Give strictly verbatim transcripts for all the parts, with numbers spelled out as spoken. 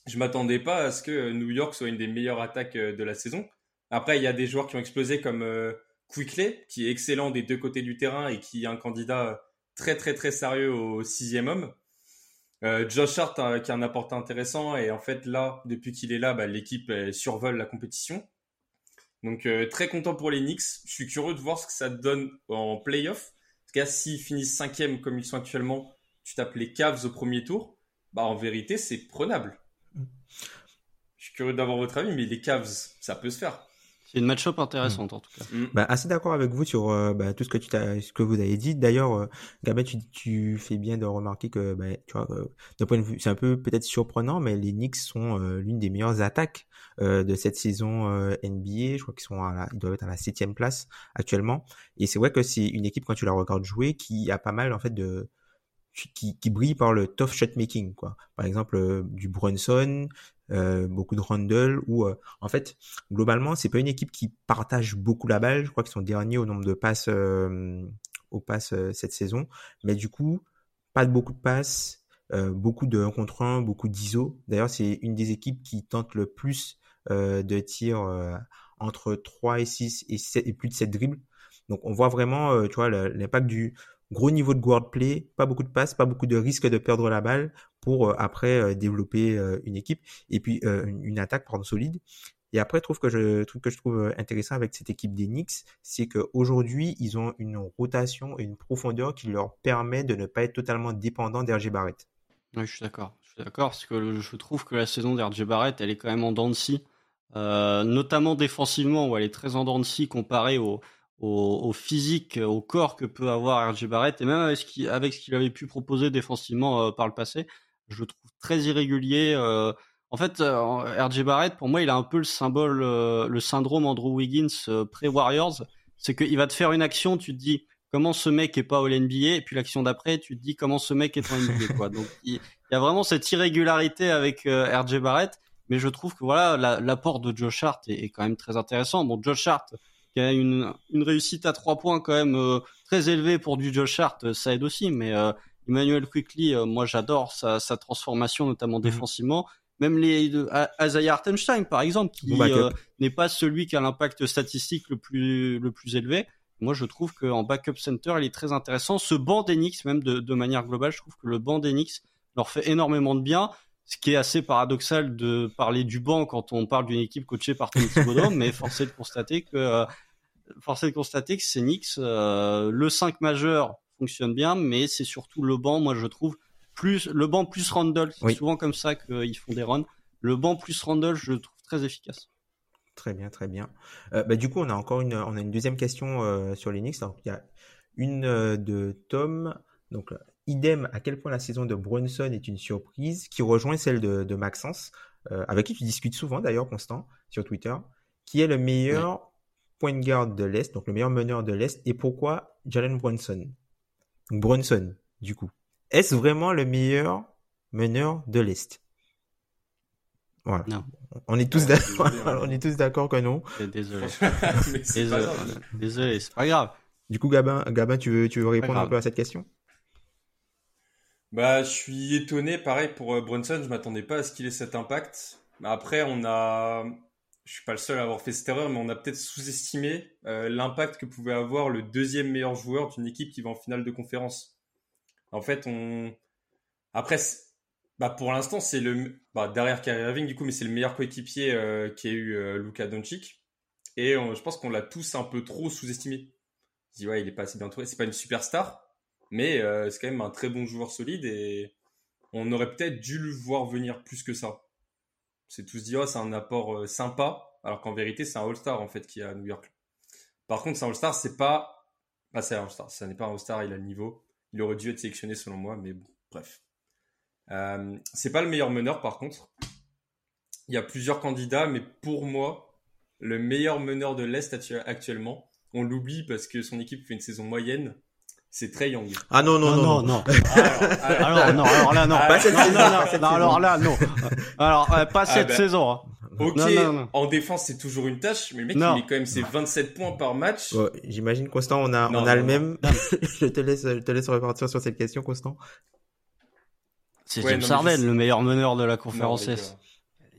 je m'attendais pas à ce que New York soit une des meilleures attaques de la saison. Après, il y a des joueurs qui ont explosé comme euh, Quickley, qui est excellent des deux côtés du terrain et qui est un candidat très très très sérieux au sixième homme. Euh, Josh Hart euh, qui est un apport intéressant et en fait là, depuis qu'il est là, bah, l'équipe elle, survole la compétition. Donc euh, très content pour les Knicks. Je suis curieux de voir ce que ça donne en play-off. Parce que s'ils finissent cinquième comme ils sont actuellement, tu tapes les Cavs au premier tour, bah en vérité c'est prenable. Je suis curieux d'avoir votre avis, mais les Cavs, ça peut se faire. C'est une match-up intéressante mmh. en tout cas. Mmh. Bah, assez d'accord avec vous sur euh, bah, tout ce que tu t'as, ce que vous avez dit. D'ailleurs, euh, Gabin, tu, tu fais bien de remarquer que, bah, tu vois, euh, d'un point de vue, c'est un peu peut-être surprenant, mais les Knicks sont euh, l'une des meilleures attaques euh, de cette saison euh, N B A. Je crois qu'ils sont, à la, ils doivent être à la septième place actuellement. Et c'est vrai que c'est une équipe quand tu la regardes jouer qui a pas mal en fait de qui, qui brille par le tough shot making, quoi. Par exemple, euh, du Brunson, euh, beaucoup de Randle, ou euh, en fait, globalement, c'est pas une équipe qui partage beaucoup la balle. Je crois qu'ils sont derniers au nombre de passes, euh, aux passes euh, cette saison. Mais du coup, pas de beaucoup de passes, euh, beaucoup de un contre un, beaucoup d'I S O. D'ailleurs, c'est une des équipes qui tente le plus euh, de tirs euh, entre trois et six et, sept, et plus de sept dribbles. Donc, on voit vraiment, euh, tu vois, le, l'impact du gros niveau de guard play, pas beaucoup de passes, pas beaucoup de risque de perdre la balle pour euh, après euh, développer euh, une équipe et puis euh, une, une attaque pardon solide. Et après, je trouve que je truc que je trouve intéressant avec cette équipe des Knicks, c'est qu'aujourd'hui, ils ont une rotation et une profondeur qui leur permet de ne pas être totalement dépendants d'R J Barrett. Oui, je suis d'accord. Je suis d'accord parce que je trouve que la saison d'R J Barrett, elle est quand même en dents de scie, euh, notamment défensivement où elle est très en dents de scie comparée au Au, au physique, au corps que peut avoir R J Barrett, et même avec ce qu'il, avec ce qu'il avait pu proposer défensivement euh, par le passé, je le trouve très irrégulier. Euh, en fait, euh, R J Barrett, pour moi, il a un peu le symbole, euh, le syndrome Andrew Wiggins euh, pré-Warriors. C'est qu'il va te faire une action, tu te dis comment ce mec est pas au N B A, et puis l'action d'après, tu te dis comment ce mec est en N B A, quoi. Donc, il, il y a vraiment cette irrégularité avec euh, R J Barrett, mais je trouve que voilà, la, l'apport de Josh Hart est, est quand même très intéressant. Bon, Josh Hart, qui a une, une réussite à trois points quand même euh, très élevée pour du Josh Hart, ça aide aussi. Mais euh, Emmanuel Quickley, euh, moi j'adore sa, sa transformation, notamment mmh. défensivement. Même les de, Isaiah Hartenstein, par exemple, qui bon euh, n'est pas celui qui a l'impact statistique le plus le plus élevé. Moi, je trouve qu'en backup center, il est très intéressant. Ce banc des Knicks, même de, de manière globale, je trouve que le banc des Knicks leur fait énormément de bien. Ce qui est assez paradoxal de parler du banc quand on parle d'une équipe coachée par Tom Thibodeau, mais force est de constater que, euh, force est de constater que ces Knicks, euh, le cinq majeur fonctionne bien, mais c'est surtout le banc, moi je trouve, plus, le banc plus Randle, c'est oui. souvent comme ça qu'ils font des runs. Le banc plus Randle, je le trouve très efficace. Très bien, très bien. Euh, bah, du coup, on a encore une, on a une deuxième question euh, sur les Knicks. Donc, il y a une euh, de Tom. Donc, idem, à quel point la saison de Brunson est une surprise, qui rejoint celle de, de Maxence, euh, avec qui tu discutes souvent d'ailleurs, Constant, sur Twitter, qui est le meilleur oui. point guard de l'Est, donc le meilleur meneur de l'Est, et pourquoi Jalen Brunson. Donc Brunson, du coup. Est-ce vraiment le meilleur meneur de l'Est? Voilà. Non. On est tous, ouais, d'accord, désolé, on est tous d'accord que non. Désolé. c'est désolé. désolé, c'est pas grave. Du coup, Gabin, Gabin tu veux, tu veux répondre un peu à cette question? Bah, je suis étonné, pareil pour euh, Brunson, je m'attendais pas à ce qu'il ait cet impact. Après, on a, je suis pas le seul à avoir fait cette erreur, mais on a peut-être sous-estimé euh, l'impact que pouvait avoir le deuxième meilleur joueur d'une équipe qui va en finale de conférence. En fait, on, après, bah pour l'instant, c'est le, bah derrière Kyrie Irving du coup, mais c'est le meilleur coéquipier euh, qui a eu euh, Luka Doncic, et on, je pense qu'on l'a tous un peu trop sous-estimé. On se dit ouais, il est pas assez bien entouré, c'est pas une superstar. Mais euh, c'est quand même un très bon joueur solide et on aurait peut-être dû le voir venir plus que ça. C'est tout se dit, oh, c'est un apport euh, sympa, alors qu'en vérité, c'est un All-Star en fait qui est à New York. Par contre, c'est un All-Star, c'est pas. Ah, c'est un All-Star, ça n'est pas un All-Star, il a le niveau. Il aurait dû être sélectionné selon moi, mais bon, bref. Euh, c'est pas le meilleur meneur par contre. Il y a plusieurs candidats, mais pour moi, le meilleur meneur de l'Est actuellement, on l'oublie parce que son équipe fait une saison moyenne. C'est Trae Young. Ah non, non, non, non. non. alors, alors, non, alors là, non. Pas cette non, saison. Non, non, non, alors là, non. Alors, euh, pas cette ah ben, saison. Hein. Ok, non, non, non. En défense, c'est toujours une tâche, mais le mec, non. il met quand même ses vingt-sept points par match. Ouais, j'imagine, Constant, on a, non, on a non, le même. je te laisse, je te laisse repartir sur cette question, Constant. C'est ouais, James Harden, le meilleur meneur de la conférence S.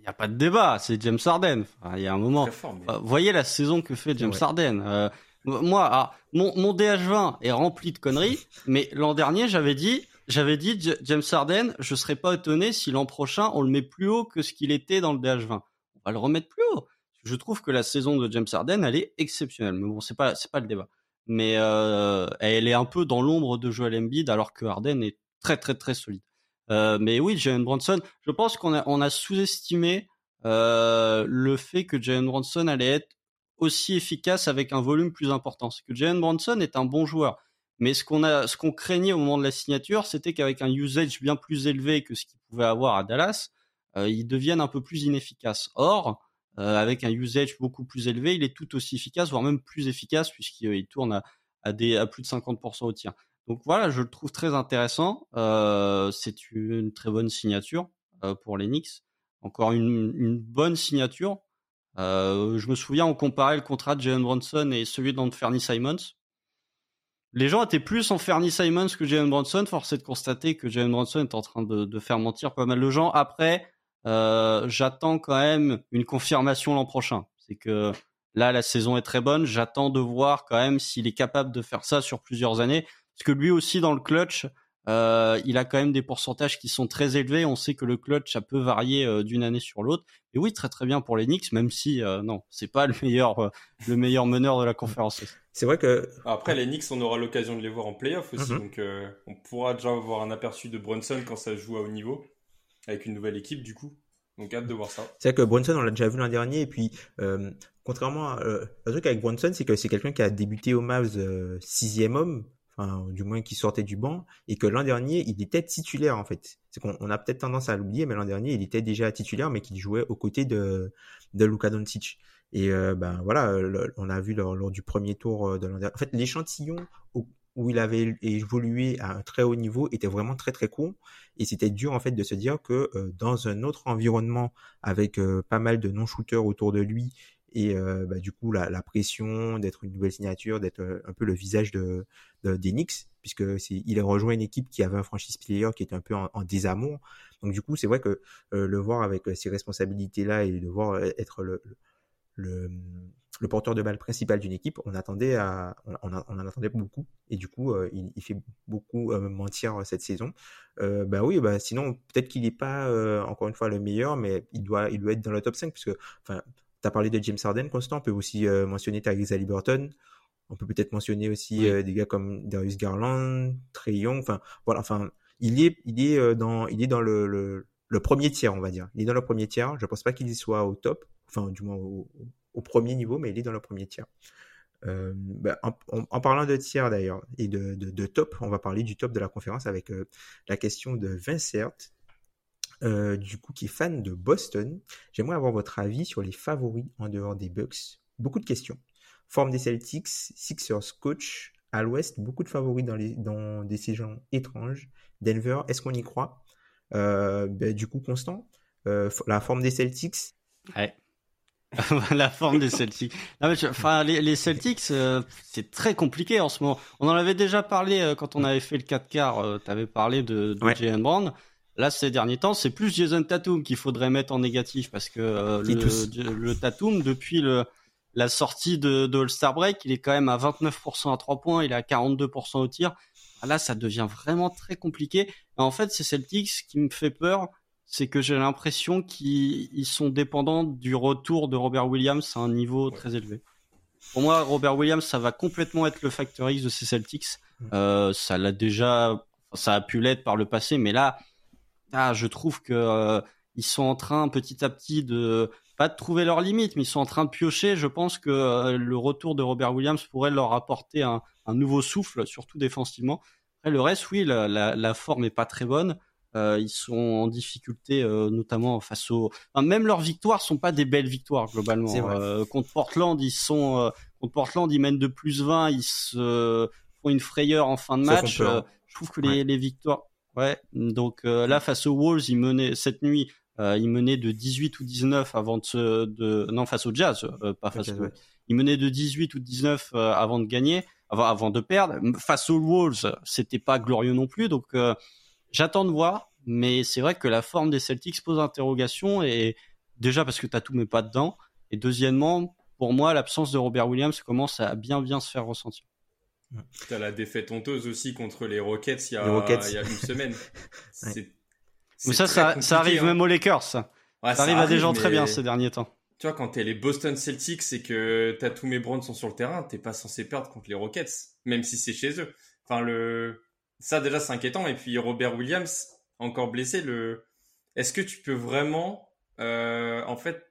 il y a pas de débat, c'est James Harden. Enfin, il y a un moment. Fort, mais... euh, voyez la saison que fait James Ouais. Harden. Euh, moi, ah, mon, mon D H vingt est rempli de conneries, mais l'an dernier, j'avais dit, j'avais dit J- James Harden, je serais pas étonné si l'an prochain on le met plus haut que ce qu'il était dans le D H vingt. On va le remettre plus haut. Je trouve que la saison de James Harden, elle est exceptionnelle. Mais bon, c'est pas, c'est pas le débat. Mais euh, elle est un peu dans l'ombre de Joel Embiid, alors que Harden est très très très solide. Euh, mais oui, Jalen Brunson, je pense qu'on a on a sous-estimé euh, le fait que Jalen Brunson allait être aussi efficace avec un volume plus important. C'est que Jalen Brunson est un bon joueur, mais ce qu'on a, ce qu'on craignait au moment de la signature, c'était qu'avec un usage bien plus élevé que ce qu'il pouvait avoir à Dallas, euh, il devienne un peu plus inefficace. Or, euh, avec un usage beaucoup plus élevé, il est tout aussi efficace, voire même plus efficace, puisqu'il il tourne à, à, des, à plus de cinquante pour cent au tir. Donc voilà, je le trouve très intéressant. Euh, c'est une très bonne signature euh, pour les Knicks. Encore une, une bonne signature. Euh, je me souviens, on comparait le contrat de Jalen Brunson et celui d'Anthony Simons. Les gens étaient plus en Fernie Simons que Jalen Brunson. Force est de constater que Jalen Brunson est en train de, de faire mentir pas mal de gens. Après, euh, j'attends quand même une confirmation l'an prochain. C'est que là, la saison est très bonne. J'attends de voir quand même s'il est capable de faire ça sur plusieurs années. Parce que lui aussi, dans le clutch, euh, il a quand même des pourcentages qui sont très élevés. On sait que le clutch, ça peut varier euh, d'une année sur l'autre. Et oui, très très bien pour les Knicks, même si euh, non, c'est pas le meilleur euh, le meilleur meneur de la conférence. C'est vrai que Après, les Knicks, on aura l'occasion de les voir en playoff aussi, Mhm. donc euh, on pourra déjà avoir un aperçu de Brunson quand ça joue à haut niveau, avec une nouvelle équipe du coup. Donc hâte de voir ça. c'est vrai que Brunson, on l'a déjà vu l'an dernier, et puis euh, contrairement à euh, le truc avec Brunson, c'est que c'est quelqu'un qui a débuté au Mavs euh, sixième homme, enfin du moins qui sortait du banc, et que l'an dernier il était titulaire en fait. C'est qu'on on a peut-être tendance à l'oublier, mais l'an dernier il était déjà titulaire, mais qu'il jouait aux côtés de de Luka Doncic. Et euh, ben voilà, le- on a vu lors, lors du premier tour euh, de l'an dernier. En fait, l'échantillon où, où il avait évolué à un très haut niveau était vraiment très très court, et c'était dur en fait de se dire que euh, dans un autre environnement avec euh, pas mal de non-shooters autour de lui, et euh, bah, du coup la, la pression d'être une nouvelle signature, d'être euh, un peu le visage de, de des Knicks, puisque c'est, il a rejoint une équipe qui avait un franchise player qui était un peu en, en désamour. Donc du coup c'est vrai que euh, le voir avec euh, ces responsabilités là, et le voir euh, être le, le, le porteur de balle principal d'une équipe, on attendait à, on, on, on en attendait beaucoup, et du coup euh, il, il fait beaucoup euh, mentir cette saison. Euh, bah oui, bah sinon peut-être qu'il n'est pas euh, encore une fois le meilleur, mais il doit, il doit être dans le top cinq, puisque enfin tu as parlé de James Harden, Constant, on peut aussi euh, mentionner Tyrese Haliburton, on peut peut-être mentionner aussi Oui. euh, des gars comme Darius Garland, Trae Young, enfin voilà, enfin il est, il est euh, dans, il est dans le, le, le premier tiers, on va dire. Il est dans le premier tiers. Je pense pas qu'il y soit au top, enfin du moins au, au premier niveau, mais il est dans le premier tiers. Euh, bah, en, en, en parlant de tiers d'ailleurs et de, de, de top, on va parler du top de la conférence avec euh, la question de Vincert, euh, du coup qui est fan de Boston. J'aimerais avoir votre avis sur les favoris en dehors des Bucks. Beaucoup de questions. Forme des Celtics, Sixers coach, à l'ouest, beaucoup de favoris dans, les, dans des saisons étranges. Denver, est-ce qu'on y croit? euh, bah, Du coup, Constant, euh, la forme des Celtics. Ouais. La forme des Celtics. Non, mais je, enfin, les, les Celtics, euh, c'est très compliqué en ce moment. On en avait déjà parlé euh, quand on avait fait le quatre quarts. Euh, T'avais parlé de, de Ouais. Jaylen Brown. Là, ces derniers temps, c'est plus Jason Tatum qu'il faudrait mettre en négatif, parce que euh, Et le, tous. le Tatum, depuis le, la sortie de, de All-Star Break, il est quand même à vingt-neuf pour cent à trois points, il est à quarante-deux pour cent au tir. Là, ça devient vraiment très compliqué. Et en fait, ces Celtics, ce qui me fait peur, c'est que j'ai l'impression qu'ils ils sont dépendants du retour de Robert Williams à un niveau Ouais. très élevé. Pour moi, Robert Williams, ça va complètement être le facteur X de ces Celtics. Euh, ça l'a déjà, ça a pu l'être par le passé, mais là, ah, je trouve que euh, ils sont en train petit à petit de pas de trouver leurs limites, mais ils sont en train de piocher. Je pense que euh, le retour de Robert Williams pourrait leur apporter un, un nouveau souffle, surtout défensivement. Après, le reste, oui, la, la, la forme est pas très bonne. Euh, ils sont en difficulté, euh, notamment face aux. Enfin, même leurs victoires sont pas des belles victoires globalement. C'est vrai. Euh, contre Portland, ils sont euh, contre Portland, ils mènent de plus vingt, ils se font une frayeur en fin de Ça font match. peur. Euh, je trouve que les, Ouais. les victoires. Ouais, donc euh, là face aux Wolves, ils menaient cette nuit, euh, ils menaient de dix-huit ou dix-neuf avant de se, de non face au Jazz, euh, pas face Ok, aux ouais. ils menaient de dix-huit ou dix-neuf euh, avant de gagner, avant avant de perdre. Face aux Wolves, c'était pas glorieux non plus, donc euh, j'attends de voir, mais c'est vrai que la forme des Celtics pose interrogation et déjà parce que Tatum n'est pas dedans, et deuxièmement, pour moi, l'absence de Robert Williams commence à bien bien se faire ressentir. T'as la défaite honteuse aussi contre les Rockets il y a, Les Rockets. il y a une semaine. Ouais. C'est, c'est Mais ça, très ça, compliqué, ça arrive hein. même aux Lakers, ça. Ouais, ça arrive à des gens mais... très bien ces derniers temps. Tu vois, quand t'es les Boston Celtics et que Tatum et Brown sont sur le terrain, t'es pas censé perdre contre les Rockets, même si c'est chez eux. Enfin, le... ça déjà c'est inquiétant. Et puis Robert Williams, encore blessé, le... est-ce que tu peux vraiment... Euh, en fait,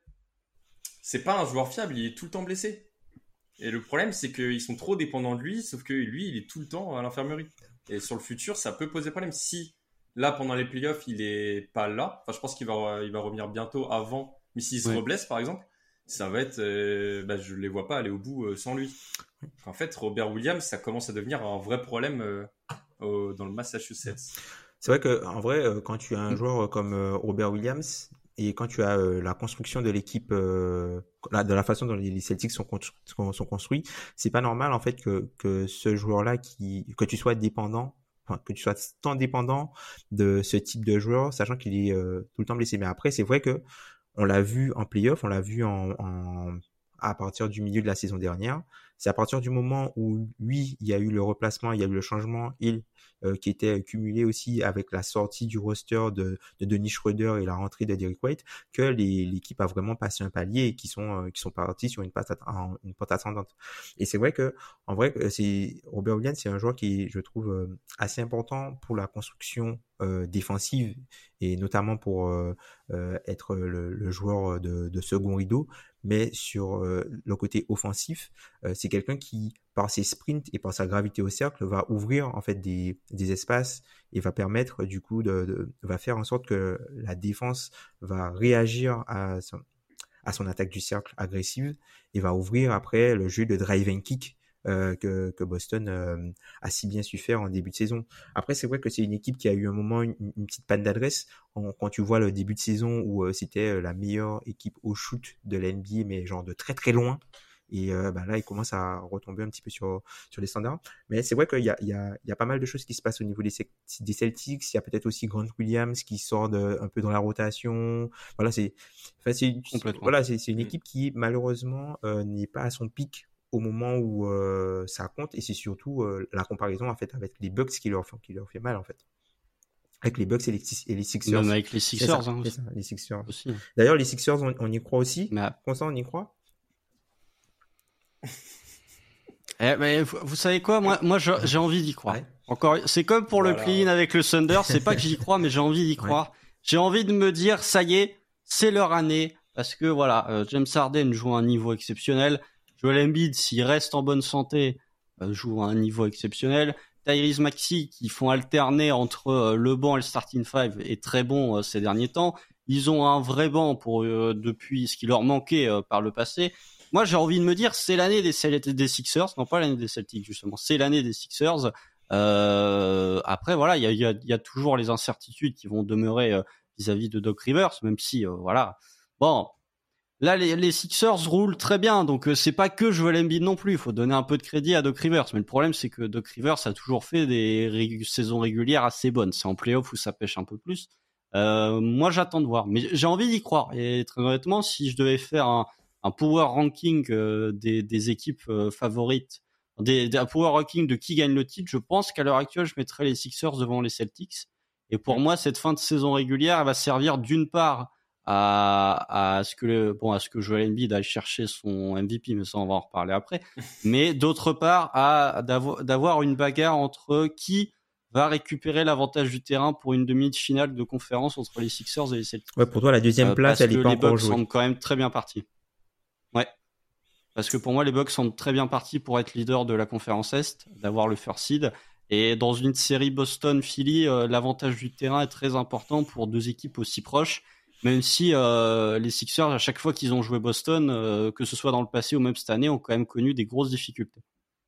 c'est pas un joueur fiable, il est tout le temps blessé. Et le problème, c'est qu'ils sont trop dépendants de lui, sauf que lui, il est tout le temps à l'infirmerie. Et sur le futur, ça peut poser problème. Si, là, pendant les playoffs, il est pas là, enfin, je pense qu'il va, il va revenir bientôt avant, mais s'il se Ouais. reblesse, par exemple, ça va être... Euh, bah, je les vois pas aller au bout euh, sans lui. En fait, Robert Williams, ça commence à devenir un vrai problème euh, au, dans le Massachusetts. C'est vrai que en vrai, euh, quand tu as un joueur comme euh, Robert Williams et quand tu as euh, la construction de l'équipe, euh, la, de la façon dont les, les Celtics sont, sont, sont construits, c'est pas normal en fait que que ce joueur-là, qui que tu sois dépendant, enfin, que tu sois tant dépendant de ce type de joueur, sachant qu'il est euh, tout le temps blessé. Mais après, c'est vrai que on l'a vu en playoff, on l'a vu en, en à partir du milieu de la saison dernière. C'est à partir du moment où, oui, il y a eu le replacement, il y a eu le changement, il, euh, qui était cumulé aussi avec la sortie du roster de, de Dennis Schroeder et la rentrée de Derrick White, que les, l'équipe a vraiment passé un palier et qui sont, euh, qui sont partis sur une patte, une pente ascendante. Et c'est vrai que, en vrai, c'est, Robert Williams, c'est un joueur qui, je trouve, euh, assez important pour la construction euh, défensive et notamment pour euh, euh, être le, le joueur de, de second rideau. Mais sur euh, le côté offensif, euh, c'est quelqu'un qui, par ses sprints et par sa gravité au cercle, va ouvrir en fait des, des espaces et va permettre du coup de, de va faire en sorte que la défense va réagir à son, à son attaque du cercle agressive et va ouvrir après le jeu de drive and kick euh, que, que Boston euh, a si bien su faire en début de saison. Après, c'est vrai que c'est une équipe qui a eu un moment une, une petite panne d'adresse. En, quand tu vois le début de saison où euh, c'était la meilleure équipe au shoot de la N B A, mais genre de très très loin. Et euh, bah là, il commence à retomber un petit peu sur sur les standards. Mais c'est vrai qu'il y a il y a il y a pas mal de choses qui se passent au niveau des, des Celtics. Il y a peut-être aussi Grant Williams qui sort de, un peu dans la rotation. Voilà, c'est enfin c'est voilà c'est c'est une équipe qui malheureusement euh, n'est pas à son pic au moment où euh, ça compte. Et c'est surtout euh, la comparaison en fait avec les Bucks qui leur font qui leur fait mal en fait. Avec les Bucks et les, et les Sixers. Même avec les Sixers, ça, hein, ça, les Sixers. Aussi. D'ailleurs, les Sixers, on, on y croit aussi. Mais... Constant, on y croit. Eh, mais vous, vous savez quoi, moi, moi, je, j'ai envie d'y croire. Ouais. Encore, c'est comme pour voilà. le play-in avec le Thunder. C'est pas que j'y crois, mais j'ai envie d'y croire. Ouais. J'ai envie de me dire, ça y est, c'est leur année, parce que voilà, euh, James Harden joue à un niveau exceptionnel. Joel Embiid, s'il reste en bonne santé, euh, joue à un niveau exceptionnel. Tyrese Maxey, qui font alterner entre euh, le banc et le starting five, est très bon euh, ces derniers temps. Ils ont un vrai banc pour euh, depuis ce qui leur manquait euh, par le passé. Moi, j'ai envie de me dire, c'est l'année des, des Sixers, non pas l'année des Celtics justement, c'est l'année des Sixers. Euh, après, voilà, il y a, y, a, y a toujours les incertitudes qui vont demeurer euh, vis-à-vis de Doc Rivers, même si, euh, voilà. Bon, là, les, les Sixers roulent très bien, donc euh, c'est pas que Joel Embiid non plus. Il faut donner un peu de crédit à Doc Rivers, mais le problème, c'est que Doc Rivers a toujours fait des rég- saisons régulières assez bonnes. C'est en play-off où ça pêche un peu plus. Euh, moi, j'attends de voir, mais j'ai envie d'y croire. Et très honnêtement, si je devais faire un un power ranking euh, des, des équipes euh, favorites, des, des, un power ranking de qui gagne le titre, je pense qu'à l'heure actuelle, je mettrais les Sixers devant les Celtics. Et pour moi, cette fin de saison régulière, elle va servir d'une part à, à ce que le, bon, à ce que Joel Embiid aille chercher son M V P, mais ça, on va en reparler après. Mais d'autre part, à d'avoir, d'avoir une bagarre entre qui va récupérer l'avantage du terrain pour une demi-finale de conférence entre les Sixers et les Celtics. Ouais, pour toi, la deuxième place, euh, elle est pas encore jouée. Parce que les Bucks semblent quand même très bien partis. Ouais. Parce que pour moi, les Bucks sont très bien partis pour être leader de la conférence Est, d'avoir le first seed. Et dans une série Boston-Philly, euh, l'avantage du terrain est très important pour deux équipes aussi proches. Même si euh, les Sixers, à chaque fois qu'ils ont joué Boston, euh, que ce soit dans le passé ou même cette année, ont quand même connu des grosses difficultés.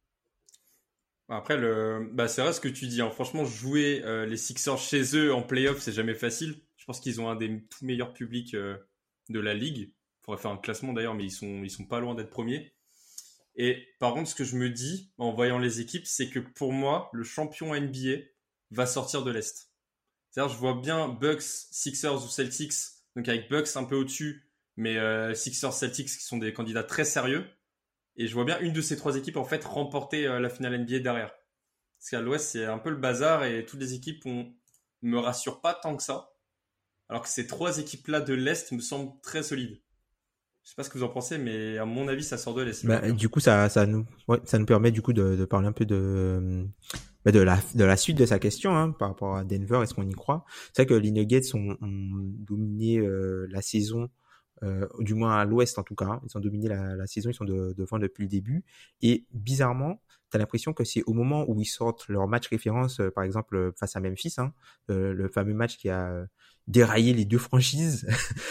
Après, le... bah, c'est vrai ce que tu dis. Hein. Franchement, jouer euh, les Sixers chez eux en play-off, c'est jamais facile. Je pense qu'ils ont un des tout meilleurs publics euh, de la ligue. Il faudrait faire un classement d'ailleurs, mais ils sont, ils sont pas loin d'être premiers. Et par contre, ce que je me dis en voyant les équipes, c'est que pour moi, le champion N B A va sortir de l'Est. C'est-à-dire, je vois bien Bucks, Sixers ou Celtics, donc avec Bucks un peu au-dessus, mais euh, Sixers, Celtics qui sont des candidats très sérieux. Et je vois bien une de ces trois équipes en fait remporter euh, la finale N B A derrière. Parce qu'à l'Ouest, c'est un peu le bazar et toutes les équipes ne me rassurent pas tant que ça. Alors que ces trois équipes-là de l'Est me semblent très solides. Je sais pas ce que vous en pensez, mais à mon avis, ça sort de l'Est. Bah, du coup, ça, ça nous, ouais, ça nous permet du coup de, de parler un peu de, bah, de la, de la suite de sa question, hein, par rapport à Denver. Est-ce qu'on y croit? C'est vrai que les Nuggets ont, ont dominé euh, la saison, euh, du moins à l'Ouest en tout cas. Hein. Ils ont dominé la, la saison, ils sont de, devant depuis le début. Et bizarrement, t'as l'impression que c'est au moment où ils sortent leur match référence, euh, par exemple face à Memphis, hein, euh, le fameux match qui a euh, déraillé les deux franchises.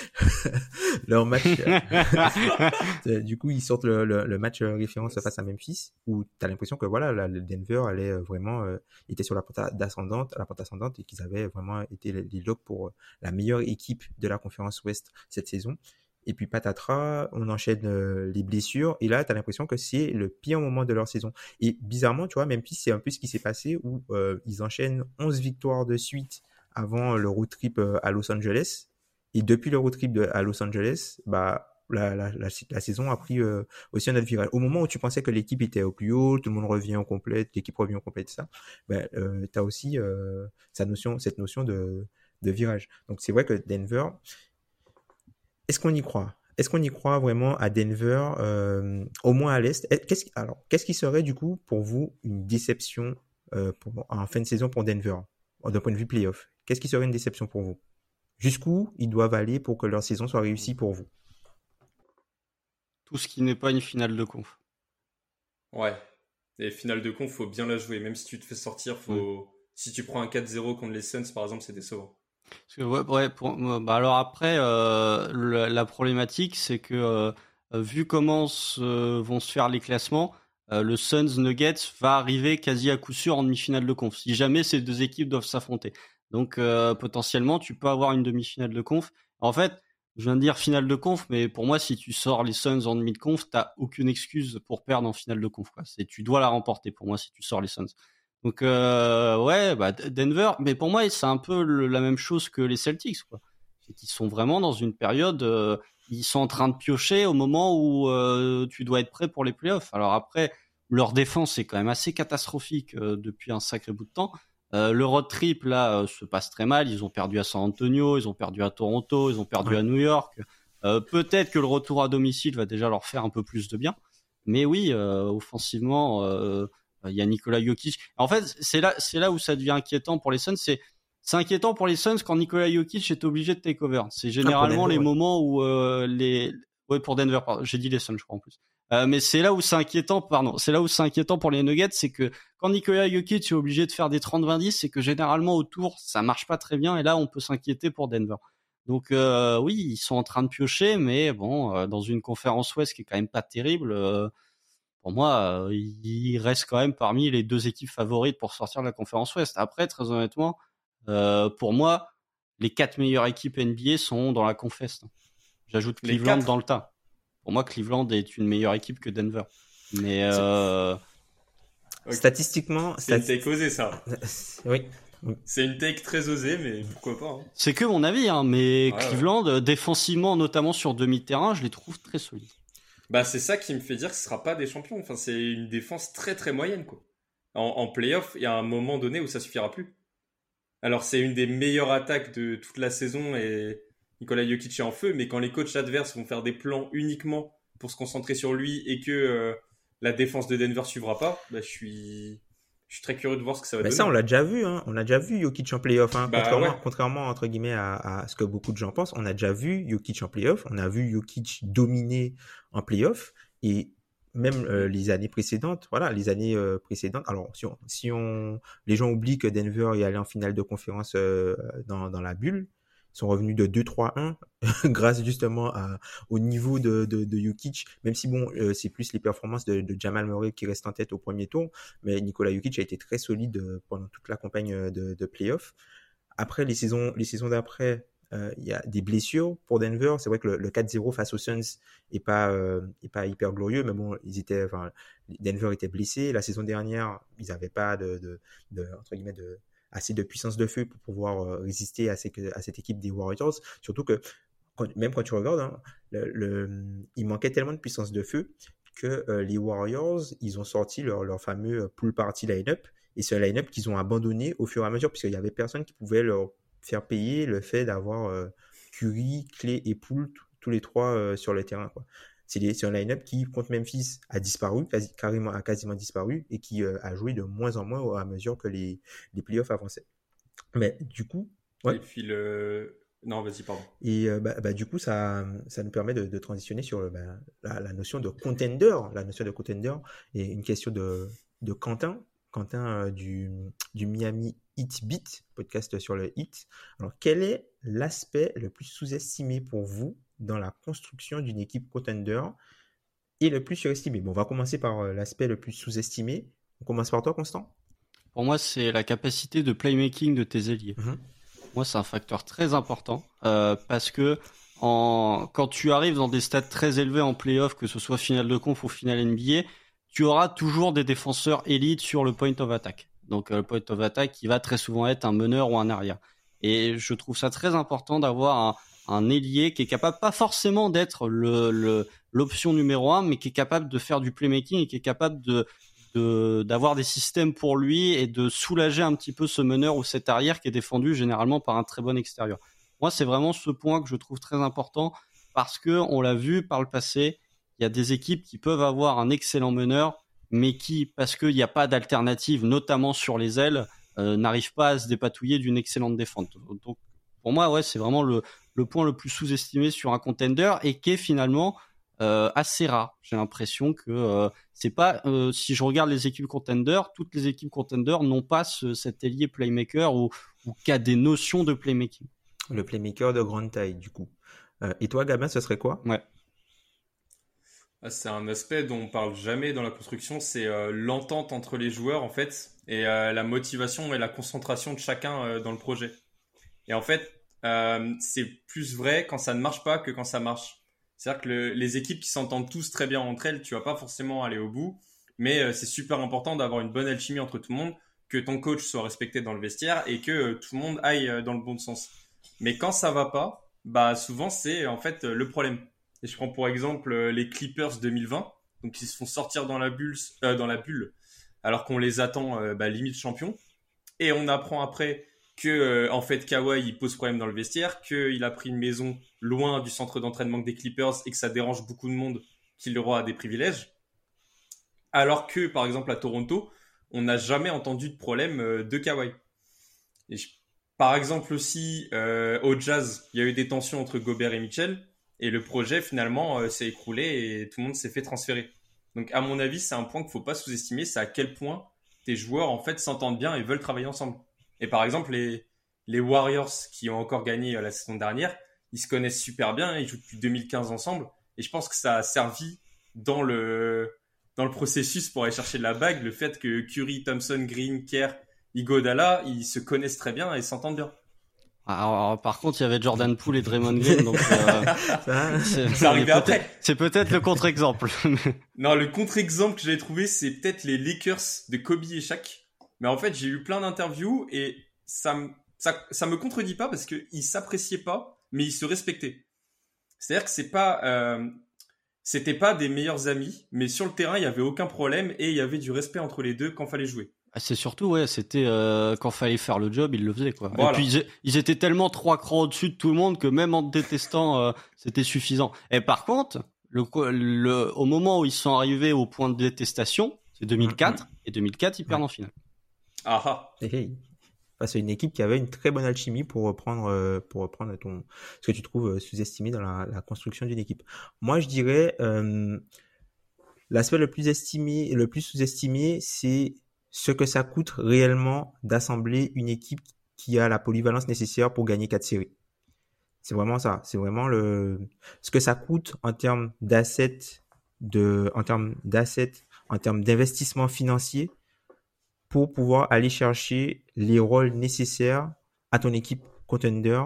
Leur match. euh, du coup, ils sortent le, le, le match référence face à Memphis, où t'as l'impression que voilà, la, le Denver allait vraiment euh, était sur la pente ascendante, la pente ascendante, et qu'ils avaient vraiment été les, les locks pour euh, la meilleure équipe de la conférence Ouest cette saison. Et puis patatras, on enchaîne euh, les blessures, et là, t'as l'impression que c'est le pire moment de leur saison. Et bizarrement, tu vois, Memphis, c'est un peu ce qui s'est passé, où euh, ils enchaînent onze victoires de suite avant le road trip euh, à Los Angeles. Et depuis le road trip de, à Los Angeles, bah, la, la, la, la saison a pris euh, aussi un autre virage. Au moment où tu pensais que l'équipe était au plus haut, tout le monde revient en complète, l'équipe revient en complète, ça, bah, euh, t'as aussi euh, sa notion, cette notion de, de virage. Donc c'est vrai que Denver, est-ce qu'on y croit? Est-ce qu'on y croit vraiment à Denver, euh, au moins à l'Est? Qu'est-ce, alors, qu'est-ce qui serait du coup pour vous une déception euh, pour, en fin de saison pour Denver, d'un point de vue playoff? Qu'est-ce qui serait une déception pour vous? Jusqu'où ils doivent aller pour que leur saison soit réussie pour vous? Tout ce qui n'est pas une finale de conf. Ouais. Et finale de conf, faut bien la jouer. Même si tu te fais sortir, faut... Ouais. Si tu prends un quatre zéro contre les Suns, par exemple, c'est décevant. Parce que, ouais, ouais, pour, bah alors après, euh, le, la problématique, c'est que euh, vu comment se, vont se faire les classements, euh, le Suns Nuggets va arriver quasi à coup sûr en demi-finale de conf, si jamais ces deux équipes doivent s'affronter. Donc euh, potentiellement, tu peux avoir une demi-finale de conf. En fait, je viens de dire finale de conf, mais pour moi, si tu sors les Suns en demi de conf, t'as aucune excuse pour perdre en finale de conf, quoi. C'est, tu dois la remporter pour moi si tu sors les Suns. Donc euh, ouais, bah Denver, mais pour moi c'est un peu le, la même chose que les Celtics, quoi. C'est qu'ils sont vraiment dans une période, euh, ils sont en train de piocher au moment où euh, tu dois être prêt pour les playoffs. Alors après, leur défense est quand même assez catastrophique euh, depuis un sacré bout de temps. Euh, le road trip là euh, se passe très mal. Ils ont perdu à San Antonio, ils ont perdu à Toronto, ils ont perdu ouais. à New York. Euh, peut-être que le retour à domicile va déjà leur faire un peu plus de bien. Mais oui, euh, offensivement. Euh, Il y a Nikola Jokic. En fait, c'est là, c'est là où ça devient inquiétant pour les Suns. C'est, c'est inquiétant pour les Suns quand Nikola Jokic est obligé de take over. C'est généralement ah, Denver, les ouais. moments où euh, les, ouais pour Denver, pardon. J'ai dit les Suns, je crois en plus. Euh, mais c'est là où c'est inquiétant, pardon. C'est là où c'est inquiétant pour les Nuggets, c'est que quand Nikola Jokic est obligé de faire des trente vingt dix, c'est que généralement autour ça marche pas très bien et là on peut s'inquiéter pour Denver. Donc euh, oui, ils sont en train de piocher, mais bon, euh, dans une conférence Ouest qui est quand même pas terrible. Euh, Pour moi, euh, il reste quand même parmi les deux équipes favorites pour sortir de la conférence Ouest. Après, très honnêtement, euh, pour moi, les quatre meilleures équipes N B A sont dans la conf Est. J'ajoute Cleveland dans le tas. Pour moi, Cleveland est une meilleure équipe que Denver. Mais euh... okay. statistiquement, c'est une take osée, ça. oui. C'est une take très osée, mais pourquoi pas. Hein. C'est que mon avis, hein, mais ouais, Cleveland, ouais. défensivement, notamment sur demi-terrain, je les trouve très solides. Bah, c'est ça qui me fait dire que ce sera pas des champions. Enfin, c'est une défense très très moyenne, quoi. En, en play-off, il y a un moment donné où ça suffira plus. Alors, c'est une des meilleures attaques de toute la saison et Nikola Jokic est en feu, mais quand les coachs adverses vont faire des plans uniquement pour se concentrer sur lui et que euh, la défense de Denver suivra pas, bah, je suis... Je suis très curieux de voir ce que ça va bah donner. Ça, on l'a déjà vu, hein. On a déjà vu Jokic en play-off, hein. Bah, contrairement, ouais. contrairement, entre guillemets, à, à ce que beaucoup de gens pensent. On a déjà vu Jokic en play-off. On a vu Jokic dominer en play-off. Et même euh, les années précédentes, voilà, les années euh, précédentes. Alors, si on, si on, les gens oublient que Denver est allé en finale de conférence euh, dans, dans la bulle. Ils sont revenus de deux trois un grâce justement à, au niveau de, de, de Jokic, même si bon, euh, c'est plus les performances de, de Jamal Murray qui restent en tête au premier tour, mais Nikola Jokic a été très solide euh, pendant toute la campagne de, de playoff. Après, les saisons, les saisons d'après, euh, il y a des blessures pour Denver. C'est vrai que le, le quatre zéro face aux Suns est pas, euh, est pas hyper glorieux, mais bon, ils étaient, enfin, Denver était blessé. La saison dernière, ils n'avaient pas de, de, de, entre guillemets, de assez de puissance de feu pour pouvoir euh, résister à, ces, à cette équipe des Warriors. Surtout que quand- même quand tu regardes, hein, le, le- il manquait tellement de puissance de feu que euh, les Warriors, ils ont sorti leur, leur fameux pool party line-up. Et c'est un line-up qu'ils ont abandonné au fur et à mesure, puisqu'il y avait personne qui pouvait leur faire payer le fait d'avoir euh, Curry, Clay et Poole, t- tous les trois euh, sur le terrain, quoi. C'est, des- c'est un line-up qui, contre Memphis, a disparu, quasi- carrément, a quasiment disparu, et qui euh, a joué de moins en moins au- à mesure que les, les playoffs avançaient. Mais du coup, ouais. Et puis le... Non, vas-y, pardon. Et euh, bah, bah, du coup, ça, ça nous permet de, de transitionner sur euh, bah, la, la notion de contender. La notion de contender et une question de, de Quentin, Quentin euh, du, du Miami Heat Beat, podcast sur le Heat. Alors, quel est l'aspect le plus sous-estimé pour vous dans la construction d'une équipe contender et le plus surestimé? Bon, on va commencer par euh, l'aspect le plus sous-estimé. On commence par toi, Constant? Pour moi, c'est la capacité de playmaking de tes ailiers. Mhm. Moi, c'est un facteur très important euh, parce que en... quand tu arrives dans des stades très élevés en playoff, que ce soit finale de conf ou finale N B A, tu auras toujours des défenseurs élites sur le point of attack. Donc, euh, le point of attack qui va très souvent être un meneur ou un arrière. Et je trouve ça très important d'avoir un, un ailier qui est capable, pas forcément d'être le, le, l'option numéro un, mais qui est capable de faire du playmaking et qui est capable de de d'avoir des systèmes pour lui et de soulager un petit peu ce meneur ou cet arrière qui est défendu généralement par un très bon extérieur. Moi, c'est vraiment ce point que je trouve très important parce que on l'a vu par le passé, il y a des équipes qui peuvent avoir un excellent meneur, mais qui, parce qu'il n'y a pas d'alternative, notamment sur les ailes, euh, n'arrivent pas à se dépatouiller d'une excellente défense. Donc, pour moi, ouais, c'est vraiment le, le point le plus sous-estimé sur un contender et qui est finalement Euh, assez rare. J'ai l'impression que euh, c'est pas. Euh, si je regarde les équipes contenders, toutes les équipes contenders n'ont pas ce, cet ailier playmaker ou, ou qui a des notions de playmaking. Le playmaker de grande taille, du coup. Euh, et toi, Gabin, ce serait quoi? Ouais. Ah, c'est un aspect dont on parle jamais dans la construction, c'est euh, l'entente entre les joueurs en fait, et euh, la motivation et la concentration de chacun euh, dans le projet. Et en fait, euh, c'est plus vrai quand ça ne marche pas que quand ça marche. C'est-à-dire que le- les équipes qui s'entendent tous très bien entre elles, tu vas pas forcément aller au bout, mais euh, c'est super important d'avoir une bonne alchimie entre tout le monde, que ton coach soit respecté dans le vestiaire et que euh, tout le monde aille euh, dans le bon sens. Mais quand ça va pas, bah souvent c'est en fait euh, le problème. Et je prends pour exemple euh, les Clippers deux mille vingt, donc ils se font sortir dans la bulle, euh, dans la bulle, alors qu'on les attend euh, bah, limite champions. Et on apprend après que euh, en fait Kawhi il pose problème dans le vestiaire, qu'il a pris une maison loin du centre d'entraînement des Clippers et que ça dérange beaucoup de monde qu'il aura des privilèges. Alors que par exemple à Toronto, on n'a jamais entendu de problème euh, de Kawhi. Et je- Par exemple aussi euh, au Jazz, il y a eu des tensions entre Gobert et Mitchell et le projet finalement euh, s'est écroulé et tout le monde s'est fait transférer. Donc à mon avis, c'est un point qu'il faut pas sous-estimer, c'est à quel point tes joueurs en fait s'entendent bien et veulent travailler ensemble. Et par exemple, les, les Warriors qui ont encore gagné euh, la saison dernière, ils se connaissent super bien, ils jouent depuis deux mille quinze ensemble. Et je pense que ça a servi dans le, dans le processus pour aller chercher la bague, le fait que Curry, Thompson, Green, Kerr, Iguodala, ils se connaissent très bien et s'entendent bien. Alors, alors, par contre, il y avait Jordan Poole et Draymond Green, donc euh, Ça, c'est, Ça arrivait peut-être- après. c'est peut-être le contre-exemple. Non, le contre-exemple que j'ai trouvé, c'est peut-être les Lakers de Kobe et Shaq. Mais en fait, j'ai eu plein d'interviews et ça me, ça, ça me contredit pas parce qu'ils s'appréciaient pas, mais ils se respectaient. C'est-à-dire que c'est pas, euh, c'était pas des meilleurs amis, mais sur le terrain, il y avait aucun problème et il y avait du respect entre les deux quand fallait jouer. Ah, c'est surtout, ouais, c'était euh, quand fallait faire le job, ils le faisaient, quoi. Voilà. Et puis, ils, ils étaient tellement trois crans au-dessus de tout le monde que même en te détestant, euh, c'était suffisant. Et par contre, le, co- le, au moment où ils sont arrivés au point de détestation, c'est deux mille quatre, et deux mille quatre, ils perdent Ouais. en finale. Ah ah. hey, hey. Face à une équipe qui avait une très bonne alchimie pour reprendre, euh, pour reprendre ton, ce que tu trouves euh, sous-estimé dans la, la construction d'une équipe. Moi, je dirais, euh, l'aspect le plus estimé, le plus sous-estimé, c'est ce que ça coûte réellement d'assembler une équipe qui a la polyvalence nécessaire pour gagner quatre séries. C'est vraiment ça. C'est vraiment le, ce que ça coûte en termes d'assets, de, en termes d'assets, en termes d'investissement financier pour pouvoir aller chercher les rôles nécessaires à ton équipe contender,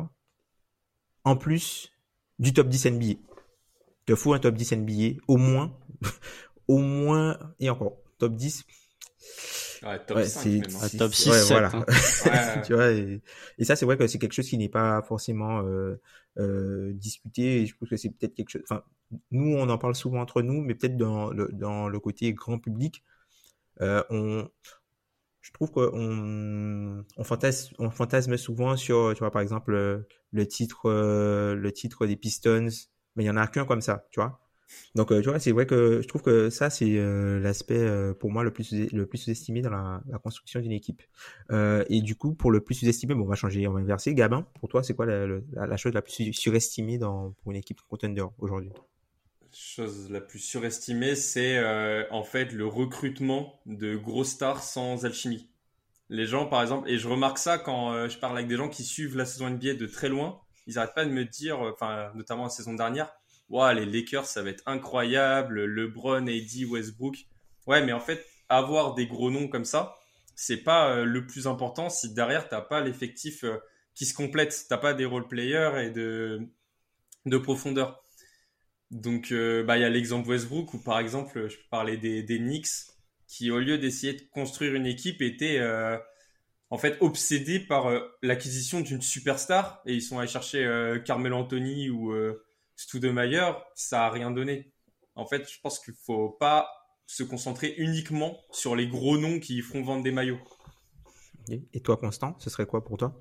en plus du top dix N B A. Te faut un top dix N B A, au moins, au moins, et encore, top dix. Ouais, top Ouais, cinq c'est- même. hein. Ah, top six, ouais, sept, voilà. hein. Ouais, Tu vois, et, et ça, c'est vrai que c'est quelque chose qui n'est pas forcément euh, euh, discuter. Et je pense que c'est peut-être quelque chose. Enfin, nous, on en parle souvent entre nous, mais peut-être dans le, dans le côté grand public, euh, on, je trouve qu'on on fantasme, on fantasme souvent sur, tu vois, par exemple, le, le titre, euh, le titre des Pistons, mais il y en a qu'un comme ça, tu vois. Donc, euh, tu vois, c'est vrai que je trouve que ça, c'est euh, l'aspect, euh, pour moi, le plus, le plus sous-estimé dans la, la construction d'une équipe. Euh, et du coup, pour le plus sous-estimé, bon, on va changer, on va inverser. Gabin, pour toi, c'est quoi la, la, la chose la plus surestimée dans, pour une équipe contender aujourd'hui? Chose la plus surestimée, c'est euh, en fait le recrutement de grosses stars sans alchimie. Les gens, par exemple, et je remarque ça quand euh, je parle avec des gens qui suivent la saison N B A de très loin, ils n'arrêtent pas de me dire, enfin, euh, notamment la saison dernière, ouais, les Lakers, ça va être incroyable, LeBron, A D, Westbrook. Ouais, mais en fait, avoir des gros noms comme ça, c'est pas euh, le plus important si derrière, t'as pas l'effectif euh, qui se complète, t'as pas des role players et de, de profondeur. Donc, euh, bah, il y a l'exemple Westbrook où, par exemple, je peux parler des, des Knicks qui, au lieu d'essayer de construire une équipe, étaient euh, en fait obsédés par euh, l'acquisition d'une superstar et ils sont allés chercher euh, Carmelo Anthony ou euh, Stoudemire. Ça a rien donné. En fait, je pense qu'il faut pas se concentrer uniquement sur les gros noms qui feront vendre des maillots. Et toi, Constant, ce serait quoi pour toi?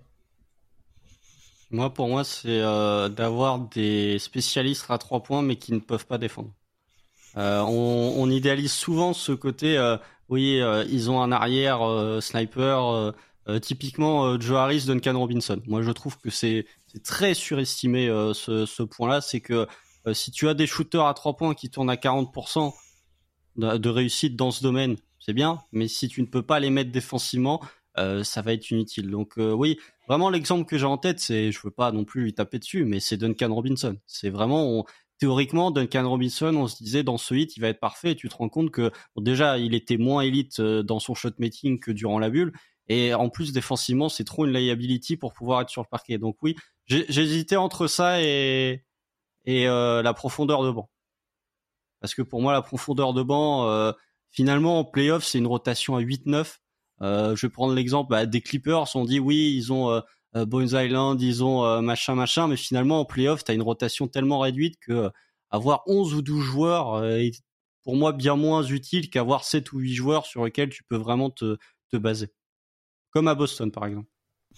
Moi, pour moi, c'est euh, d'avoir des spécialistes à trois points, mais qui ne peuvent pas défendre. Euh, on, on idéalise souvent ce côté, euh, oui, euh, ils ont un arrière euh, sniper, euh, euh, typiquement euh, Joe Harris, Duncan Robinson. Moi, je trouve que c'est, c'est très surestimé euh, ce, ce point-là. C'est que euh, si tu as des shooters à trois points qui tournent à quarante pour cent de, de réussite dans ce domaine, c'est bien. Mais si tu ne peux pas les mettre défensivement, euh, ça va être inutile. Donc euh, oui, vraiment l'exemple que j'ai en tête, c'est, je veux pas non plus lui taper dessus, mais c'est Duncan Robinson. C'est vraiment... On, théoriquement, Duncan Robinson, on se disait dans ce hit, il va être parfait. Et tu te rends compte que bon, déjà, il était moins élite dans son shot making que durant la bulle. Et en plus, défensivement, c'est trop une liability pour pouvoir être sur le parquet. Donc oui, j'ai, j'hésitais entre ça et, et euh, la profondeur de banc. Parce que pour moi, la profondeur de banc, euh, finalement, en playoff, c'est une rotation à huit neuf. Euh, je vais prendre l'exemple bah, des Clippers. On dit oui, ils ont... Euh, Euh, Bones Island, ils ont euh, machin machin, mais finalement en playoff, t'as une rotation tellement réduite que euh, avoir onze ou douze joueurs euh, est pour moi bien moins utile qu'avoir sept ou huit joueurs sur lesquels tu peux vraiment te, te baser. Comme à Boston par exemple.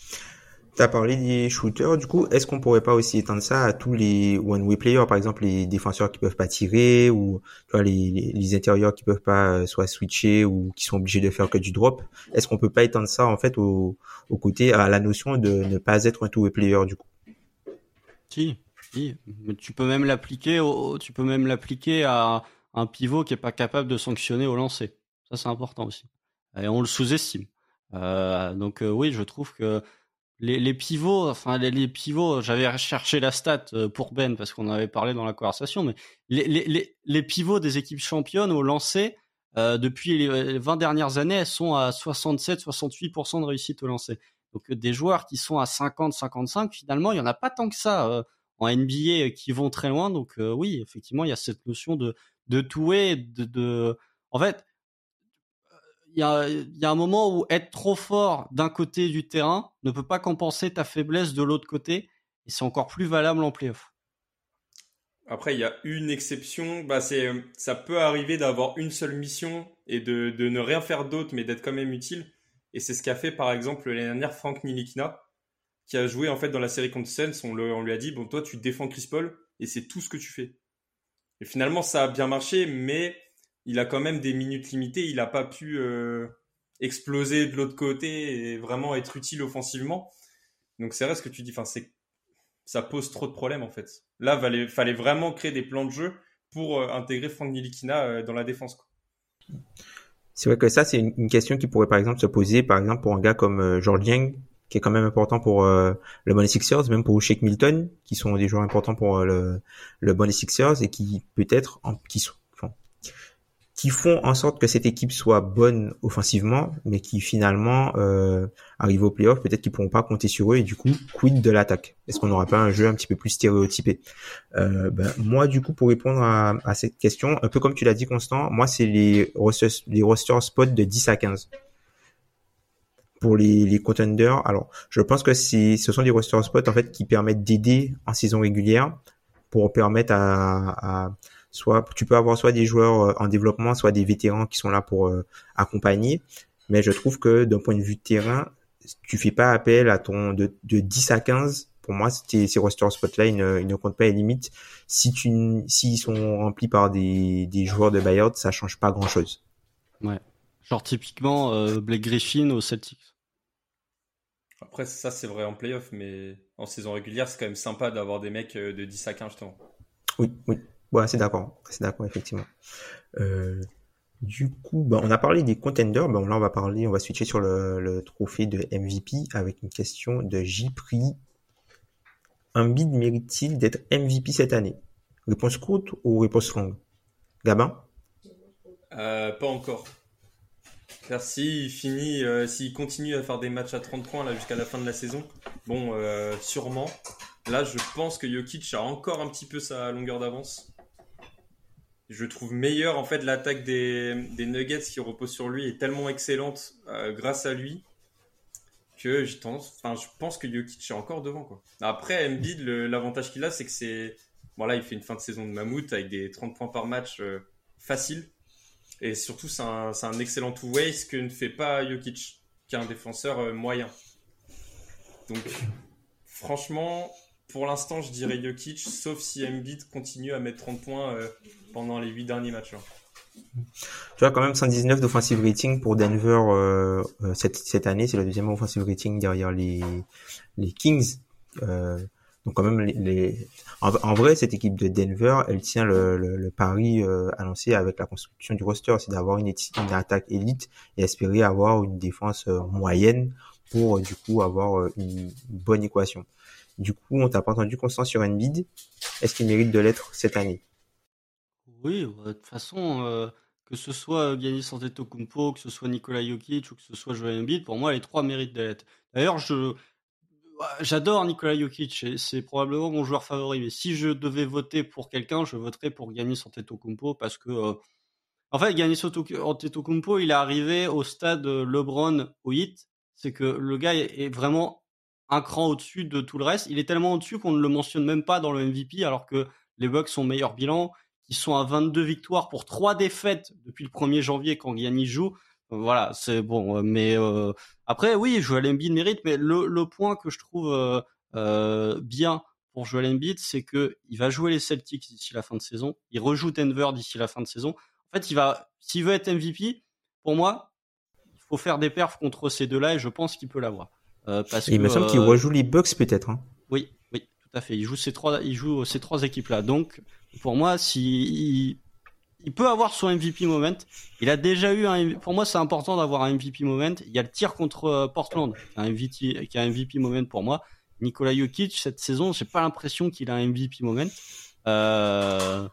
Tu as parlé des shooters, du coup, est-ce qu'on pourrait pas aussi étendre ça à tous les one-way players, par exemple les défenseurs qui peuvent pas tirer ou tu vois, les, les, les intérieurs qui peuvent pas euh, soit switcher ou qui sont obligés de faire que du drop? Est-ce qu'on peut pas étendre ça en fait au, au côté à la notion de ne pas être un two-way player du coup? Si, si. Mais tu peux même l'appliquer, au, tu peux même l'appliquer à un pivot qui est pas capable de sanctionner au lancer. Ça c'est important aussi. Et on le sous-estime. Euh, donc euh, oui, je trouve que Les, les pivots, enfin les, les pivots, j'avais cherché la stat pour Ben parce qu'on en avait parlé dans la conversation, mais les, les, les, les pivots des équipes championnes au lancer, euh, depuis les vingt dernières années, elles sont à soixante-sept à soixante-huit pour cent de réussite au lancer. Donc des joueurs qui sont à cinquante à cinquante-cinq, finalement, il y en a pas tant que ça euh, en N B A qui vont très loin. Donc euh, oui, effectivement, il y a cette notion de, de two-way, de, de... En fait, il y a, il y a un moment où être trop fort d'un côté du terrain ne peut pas compenser ta faiblesse de l'autre côté, et c'est encore plus valable en play-off. Après, il y a une exception, bah c'est, ça peut arriver d'avoir une seule mission et de, de ne rien faire d'autre, mais d'être quand même utile. Et c'est ce qu'a fait, par exemple, l'année dernière, Frank Ntilikina, qui a joué en fait dans la série contre Suns. On, le, on lui a dit, bon, toi, tu défends Chris Paul, et c'est tout ce que tu fais. Et finalement, ça a bien marché, mais il a quand même des minutes limitées. Il n'a pas pu euh, exploser de l'autre côté et vraiment être utile offensivement. Donc c'est vrai ce que tu dis, enfin, c'est, ça pose trop de problèmes en fait. Là, il fallait vraiment créer des plans de jeu pour euh, intégrer Frank Ntilikina euh, dans la défense, quoi. C'est vrai que ça, c'est une, une question qui pourrait par exemple se poser par exemple pour un gars comme euh, George Niang, qui est quand même important pour euh, le Bonnie Sixers, même pour Shake Milton, qui sont des joueurs importants pour euh, le, le Bonnie Sixers et qui peut-être en, qui sont enfin, qui font en sorte que cette équipe soit bonne offensivement, mais qui finalement euh, arrivent au playoff, peut-être qu'ils pourront pas compter sur eux et du coup quid de l'attaque. Est-ce qu'on n'aura pas un jeu un petit peu plus stéréotypé? euh, ben, Moi, du coup, pour répondre à, à cette question, un peu comme tu l'as dit, Constant, moi c'est les rosters, les rosters spots de dix à quinze. pour les, les contenders, alors je pense que c'est, ce sont des roster spots en fait qui permettent d'aider en saison régulière pour permettre à, à soit tu peux avoir soit des joueurs en développement, soit des vétérans qui sont là pour euh, accompagner. Mais je trouve que d'un point de vue de terrain, tu fais pas appel à ton de, de dix à quinze. Pour moi, ces, ces roster spots là, ils ne, ils ne comptent pas les limites. Si tu, s'ils sont remplis par des, des joueurs de buyout, ça change pas grand chose. Ouais. Genre typiquement euh, Blake Griffin au Celtics. Après, ça c'est vrai en playoff, mais en saison régulière, c'est quand même sympa d'avoir des mecs de dix à quinze justement. Oui, oui. Ouais, c'est d'accord. C'est d'accord, effectivement. Euh, du coup, bah, on a parlé des contenders. Bah, là, on va parler, on va switcher sur le, le trophée de M V P avec une question de J-Prix. Embiid mérite-t-il d'être M V P cette année? Réponse courte ou réponse longue? Gabin? Euh, pas encore. Car s'il finit, euh, s'il continue à faire des matchs à trente points là jusqu'à la fin de la saison, bon, euh, sûrement. Là, je pense que Jokic a encore un petit peu sa longueur d'avance. Je trouve meilleur en fait l'attaque des, des Nuggets qui repose sur lui est tellement excellente euh, grâce à lui que j'ai tendance, enfin, je pense que Jokic est encore devant quoi. Après, Embiid, le, l'avantage qu'il a, c'est que c'est, bon là, il fait une fin de saison de mammouth avec des trente points par match euh, facile. Et surtout, c'est un, c'est un excellent two-way, ce que ne fait pas Jokic, qui est un défenseur euh, moyen. Donc, franchement, pour l'instant, je dirais Jokic, sauf si Embiid continue à mettre trente points euh, pendant les huit derniers matchs. Là. Tu vois, quand même cent dix-neuf d'offensive rating pour Denver euh, euh, cette, cette année. C'est le deuxième offensive rating derrière les, les Kings. Euh, donc quand même, les, les... En, en vrai, cette équipe de Denver, elle tient le, le, le pari euh, annoncé avec la construction du roster, c'est d'avoir une, une attaque élite et espérer avoir une défense euh, moyenne pour euh, du coup avoir euh, une, une bonne équation. Du coup, on t'a pas entendu constant sur Embiid. Est-ce qu'il mérite de l'être cette année? Oui, de toute façon, euh, que ce soit Giannis Antetokounmpo, que ce soit Nikola Jokic ou que ce soit Joel Embiid, pour moi, les trois méritent de l'être. D'ailleurs, je j'adore Nikola Jokic, c'est, c'est probablement mon joueur favori. Mais si je devais voter pour quelqu'un, je voterais pour Giannis Antetokounmpo parce que, euh, en fait, Giannis Antetokounmpo, il est arrivé au stade LeBron au Heat, c'est que le gars est vraiment un cran au-dessus de tout le reste. Il est tellement au-dessus qu'on ne le mentionne même pas dans le M V P, alors que les Bucks sont meilleur bilan, qui sont à vingt-deux victoires pour trois défaites depuis le premier janvier quand Giannis joue. Voilà, c'est bon. Mais euh, après, oui, Joel Embiid mérite. Mais le, le point que je trouve euh, euh, bien pour Joel Embiid, c'est que il va jouer les Celtics d'ici la fin de saison. Il rejoue Denver d'ici la fin de saison. En fait, il va, s'il veut être M V P, pour moi, il faut faire des perfs contre ces deux-là et je pense qu'il peut l'avoir. Euh, parce et il que, me semble euh, qu'il rejoue les Bucks peut-être. Hein. Oui, oui, tout à fait. Il joue ces trois, il joue ces trois équipes-là. Donc, pour moi, si il, il peut avoir son M V P moment, il a déjà eu un. Pour moi, c'est important d'avoir un M V P moment. Il y a le tir contre Portland, qui a un M V P, qui a un M V P moment pour moi. Nikola Jokic cette saison, j'ai pas l'impression qu'il a un M V P moment. Euh...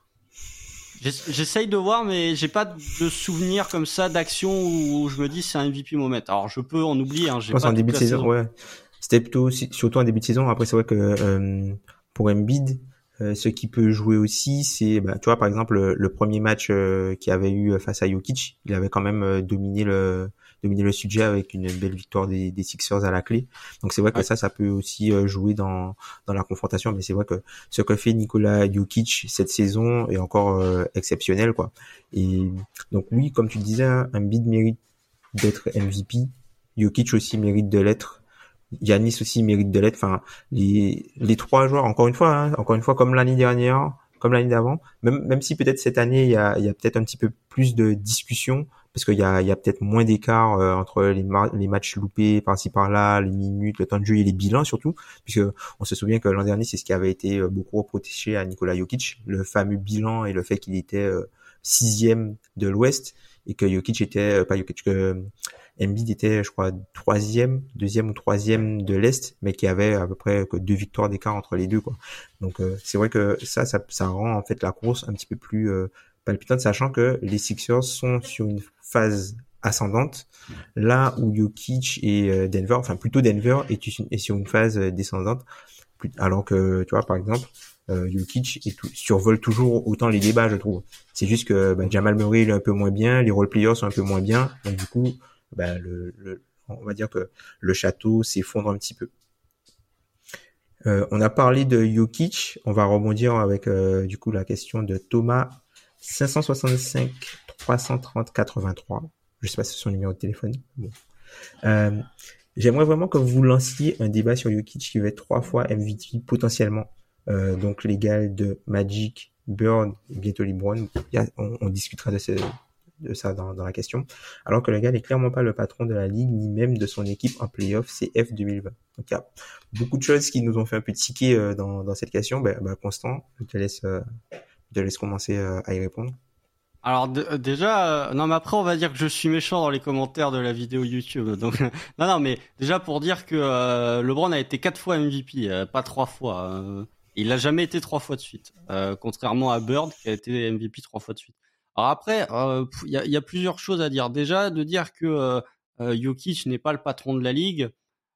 J'essaye de voir, mais j'ai pas de souvenir comme ça d'action où je me dis c'est un M V P moment. Alors je peux en oublier, hein, j'ai je pense pas en début de saison, saison. Ouais. C'était plutôt surtout en début de saison. Après c'est vrai que euh, pour Embiid, euh, ce qui peut jouer aussi, c'est bah, tu vois par exemple le, le premier match euh, qu'il y avait eu face à Jokic, il avait quand même euh, dominé le dominé le sujet avec une belle victoire des, des Sixers à la clé. Donc c'est vrai que ouais. ça, ça peut aussi euh, jouer dans dans la confrontation. Mais c'est vrai que ce que fait Nikola Jokic cette saison est encore euh, exceptionnel, quoi. Et donc oui, comme tu disais, hein, Embiid mérite d'être M V P. Jokic aussi mérite de l'être. Giannis aussi mérite de l'être. Enfin, les les trois joueurs, encore une fois, hein, encore une fois, comme l'année dernière, comme l'année d'avant. Même même si peut-être cette année il y a il y a peut-être un petit peu plus de discussion parce qu'il y a il y a peut-être moins d'écart euh, entre les mar- les matchs loupés par-ci par-là, les minutes, le temps de jeu et les bilans surtout, puisque on se souvient que l'an dernier c'est ce qui avait été beaucoup reproché à Nikola Jokic, le fameux bilan et le fait qu'il était euh, sixième de l'Ouest et que Jokic était euh, pas Jokic que Embiid était, je crois, troisième, deuxième ou troisième de l'Est, mais qui avait à peu près que deux victoires d'écart entre les deux, quoi. Donc, euh, c'est vrai que ça, ça, ça rend en fait la course un petit peu plus euh, palpitante, sachant que les Sixers sont sur une phase ascendante, là où Jokic et euh, Denver, enfin plutôt Denver est, est sur une phase descendante, alors que, tu vois, par exemple, euh, Jokic est tout, survole toujours autant les débats, je trouve. C'est juste que bah, Jamal Murray il est un peu moins bien, les role players sont un peu moins bien, donc du coup, bah, le, le, on va dire que le château s'effondre un petit peu. Euh, on a parlé de Jokic, on va rebondir avec euh, du coup la question de Thomas cinq cent soixante-cinq trois cent trente quatre-vingt-trois. Je sais pas si c'est son numéro de téléphone. Bon. Euh, j'aimerais vraiment que vous lanciez un débat sur Jokic qui va être trois fois M V P potentiellement, euh, donc l'égal de Magic, Bird, bientôt LeBron. On, on discutera de, ce, de ça dans, dans la question. Alors que le gars n'est clairement pas le patron de la ligue, ni même de son équipe en playoff C F deux mille vingt. Donc il y a beaucoup de choses qui nous ont fait un peu tiquer euh, dans, dans cette question. Ben, ben, Constant, je te laisse, euh, je te laisse commencer euh, à y répondre. Alors de, déjà, euh, non mais après on va dire que je suis méchant dans les commentaires de la vidéo YouTube. Donc non non mais déjà pour dire que euh, LeBron a été quatre fois M V P, euh, pas trois fois. Euh, il a jamais été trois fois de suite, euh, contrairement à Bird qui a été M V P trois fois de suite. Alors après, il euh, y, a, y a plusieurs choses à dire. Déjà de dire que euh, euh, Jokic n'est pas le patron de la ligue,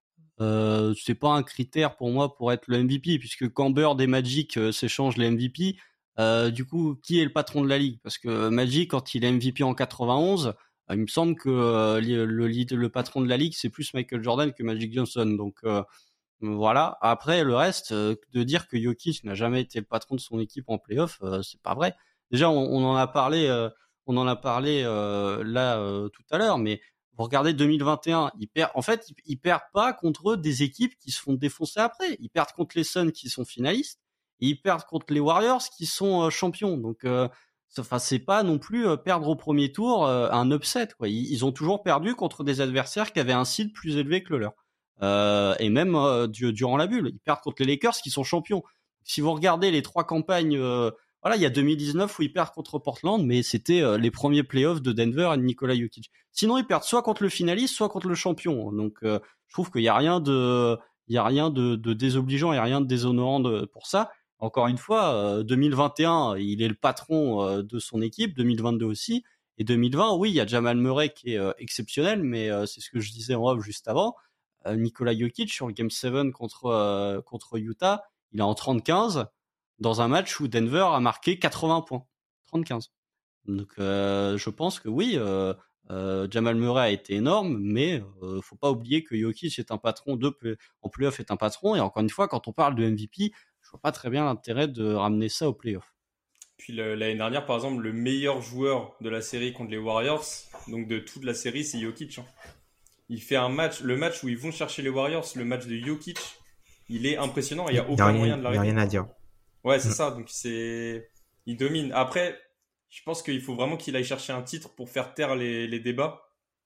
euh, c'est pas un critère pour moi pour être le M V P, puisque quand Bird et Magic euh, s'échangent les M V P. Euh, du coup, qui est le patron de la ligue? Parce que Magic, quand il est M V P en quatre-vingt-onze, euh, il me semble que euh, le, le, le patron de la ligue, c'est plus Michael Jordan que Magic Johnson. Donc euh, voilà. Après, le reste, euh, de dire que Jokic n'a jamais été le patron de son équipe en playoff, euh, c'est pas vrai. Déjà, on, on en a parlé, euh, on en a parlé euh, là euh, tout à l'heure, mais vous regardez deux mille vingt et un, ils perdent. En fait, ils, ils perdent pas contre des équipes qui se font défoncer après. Ils perdent contre les Suns qui sont finalistes. Et ils perdent contre les Warriors qui sont euh, champions. Donc, euh, enfin, c'est pas non plus euh, perdre au premier tour euh, un upset, quoi. Ils, ils ont toujours perdu contre des adversaires qui avaient un seed plus élevé que le leur. Euh, et même euh, du, durant la bulle, ils perdent contre les Lakers qui sont champions. Si vous regardez les trois campagnes, euh, voilà, il y a deux mille dix-neuf où ils perdent contre Portland, mais c'était euh, les premiers playoffs de Denver et de Nikola Jokic. Sinon, ils perdent soit contre le finaliste, soit contre le champion. Donc, euh, je trouve qu'il y a rien de, il y a rien de, de désobligeant, il y a rien de déshonorant de, pour ça. Encore une fois, euh, deux mille vingt et un, il est le patron euh, de son équipe, deux mille vingt-deux aussi, et deux mille vingt, oui, il y a Jamal Murray qui est euh, exceptionnel, mais euh, c'est ce que je disais en off juste avant. Euh, Nikola Jokic sur le Game sept contre euh, contre Utah, il est en trente quinze dans un match où Denver a marqué quatre-vingts points, trente quinze. Donc, euh, je pense que oui, euh, euh, Jamal Murray a été énorme, mais euh, faut pas oublier que Jokic est un patron de en playoff est un patron, et encore une fois, quand on parle de M V P, je vois pas très bien l'intérêt de ramener ça au playoff. Puis le, l'année dernière, par exemple, le meilleur joueur de la série contre les Warriors, donc de toute la série, c'est Jokic. Hein. Il fait un match, le match où ils vont chercher les Warriors, le match de Jokic, il est impressionnant. Il y a aucun rien, moyen de l'arrêter. Il n'y a rien à dire. Ouais, c'est mmh. ça. Donc c'est, il domine. Après, je pense qu'il faut vraiment qu'il aille chercher un titre pour faire taire les, les débats.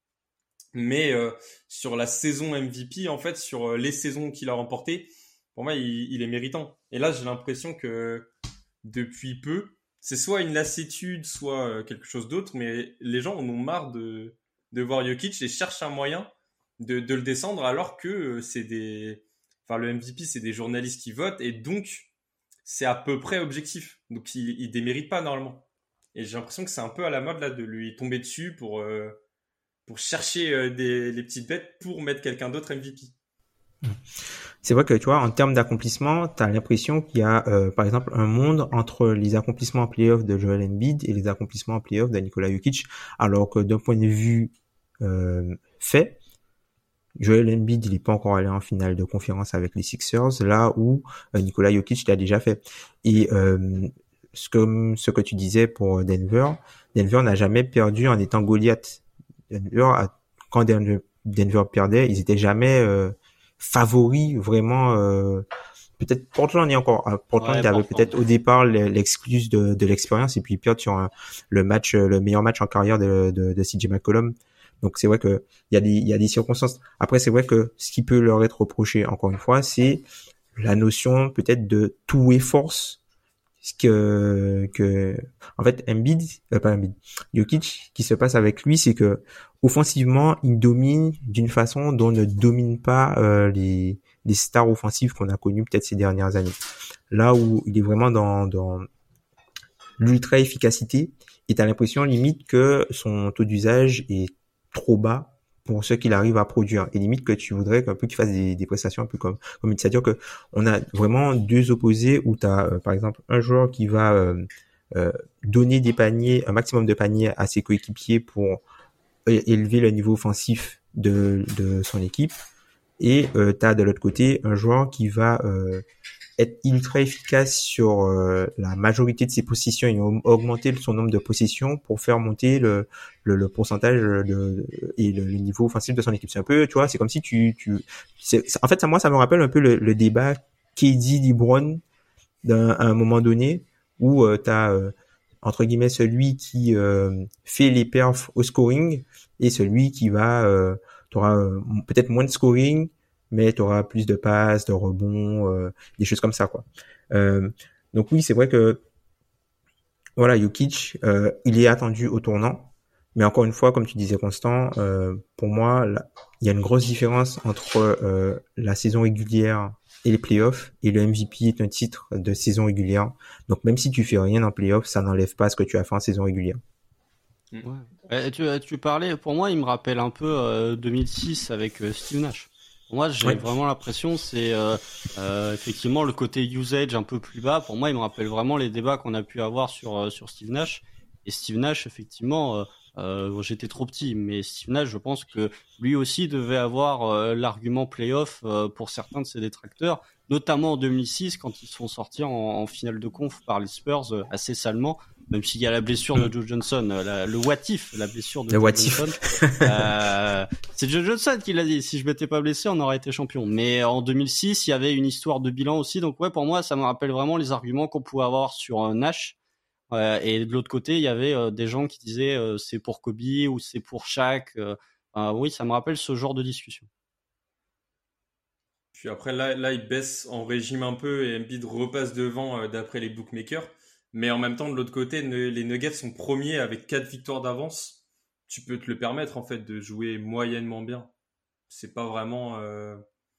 Mais euh, sur la saison M V P, en fait, sur les saisons qu'il a remportées, pour moi, il, il est méritant. Et là, j'ai l'impression que depuis peu, c'est soit une lassitude, soit quelque chose d'autre, mais les gens en ont marre de, de voir Jokic et cherchent un moyen de, de le descendre, alors que c'est des, enfin, le M V P, c'est des journalistes qui votent, et donc, c'est à peu près objectif. Donc, il, il démérite pas normalement. Et j'ai l'impression que c'est un peu à la mode, là, de lui tomber dessus pour, euh, pour chercher euh, des, les petites bêtes pour mettre quelqu'un d'autre M V P. C'est vrai que tu vois, en termes d'accomplissement, tu as l'impression qu'il y a, euh, par exemple, un monde entre les accomplissements en playoff de Joel Embiid et les accomplissements en playoff de Nikola Jokic, alors que d'un point de vue euh, fait, Joel Embiid, il n'est pas encore allé en finale de conférence avec les Sixers, là où euh, Nikola Jokic l'a déjà fait. Et euh, ce que, ce que tu disais pour Denver, Denver n'a jamais perdu en étant Goliath. Denver, a, quand Denver, Denver perdait, ils étaient jamais... Euh, favori vraiment euh, peut-être Portland est encore Portland ouais, avait peut-être au départ l'excuse de, de l'expérience et puis ils perdent sur un, le match le meilleur match en carrière de, de, de C J McCollum. Donc c'est vrai que il y a des il y a des circonstances. Après c'est vrai que ce qui peut leur être reproché encore une fois, c'est la notion peut-être de two-way force, ce que que en fait Embiid euh, pas Embiid Jokic, qui se passe avec lui, c'est que offensivement il domine d'une façon dont ne domine pas euh, les les stars offensives qu'on a connues peut-être ces dernières années. Là où il est vraiment dans dans l'ultra efficacité, et t'as l'impression limite que son taux d'usage est trop bas pour ce qu'il arrive à produire, et limite que tu voudrais qu'un peu qu'il fasse des, des prestations un peu comme comme c'est-à-dire que on a vraiment deux opposés où tu as euh, par exemple un joueur qui va euh, euh, donner des paniers, un maximum de paniers à ses coéquipiers pour é- élever le niveau offensif de, de son équipe. Et euh, tu as de l'autre côté un joueur qui va euh, être ultra efficace sur euh, la majorité de ses possessions et augmenter son nombre de possessions pour faire monter le, le, le pourcentage de, et le, le niveau offensif de son équipe. C'est un peu, tu vois, c'est comme si tu... tu c'est, en fait, ça, moi, ça me rappelle un peu le, le débat K D-LeBron d'un, à un moment donné où euh, tu as, euh, entre guillemets, celui qui euh, fait les perfs au scoring et celui qui va... Euh, tu auras euh, peut-être moins de scoring, mais tu auras plus de passes, de rebonds, euh, des choses comme ça, quoi. Euh, donc oui, c'est vrai que voilà, Jokic, euh, il est attendu au tournant, mais encore une fois, comme tu disais, Constant, euh, pour moi, là, il y a une grosse différence entre euh, la saison régulière et les playoffs, et le M V P est un titre de saison régulière. Donc même si tu fais rien en playoffs, ça n'enlève pas ce que tu as fait en saison régulière. Ouais. Euh, tu, tu parlais, pour moi, il me rappelle un peu euh, deux mille six avec euh, Steve Nash. Pour moi, j'ai Ouais. vraiment l'impression, c'est euh, euh, effectivement le côté usage un peu plus bas. Pour moi, il me rappelle vraiment les débats qu'on a pu avoir sur euh, sur Steve Nash. Et Steve Nash, effectivement, euh, euh, j'étais trop petit, mais Steve Nash, je pense que lui aussi devait avoir euh, l'argument playoff euh, pour certains de ses détracteurs, notamment en deux mille six quand ils se font sortir en, en finale de conf par les Spurs euh, assez salement. Même s'il y a la blessure de Joe Johnson, la, le what if, la blessure de Le Joe what if. Johnson. euh, c'est Joe Johnson qui l'a dit. Si je m'étais pas blessé, on aurait été champion. Mais en deux mille six, il y avait une histoire de bilan aussi. Donc ouais, pour moi, ça me rappelle vraiment les arguments qu'on pouvait avoir sur euh, Nash. Euh, et de l'autre côté, il y avait euh, des gens qui disaient euh, c'est pour Kobe ou c'est pour Shaq. Euh, euh, oui, ça me rappelle ce genre de discussion. Puis après, là, là, il baisse en régime un peu et Embiid repasse devant euh, d'après les bookmakers. Mais en même temps, de l'autre côté, ne, les Nuggets sont premiers avec quatre victoires d'avance. Tu peux te le permettre, en fait, de jouer moyennement bien. C'est pas vraiment... Euh,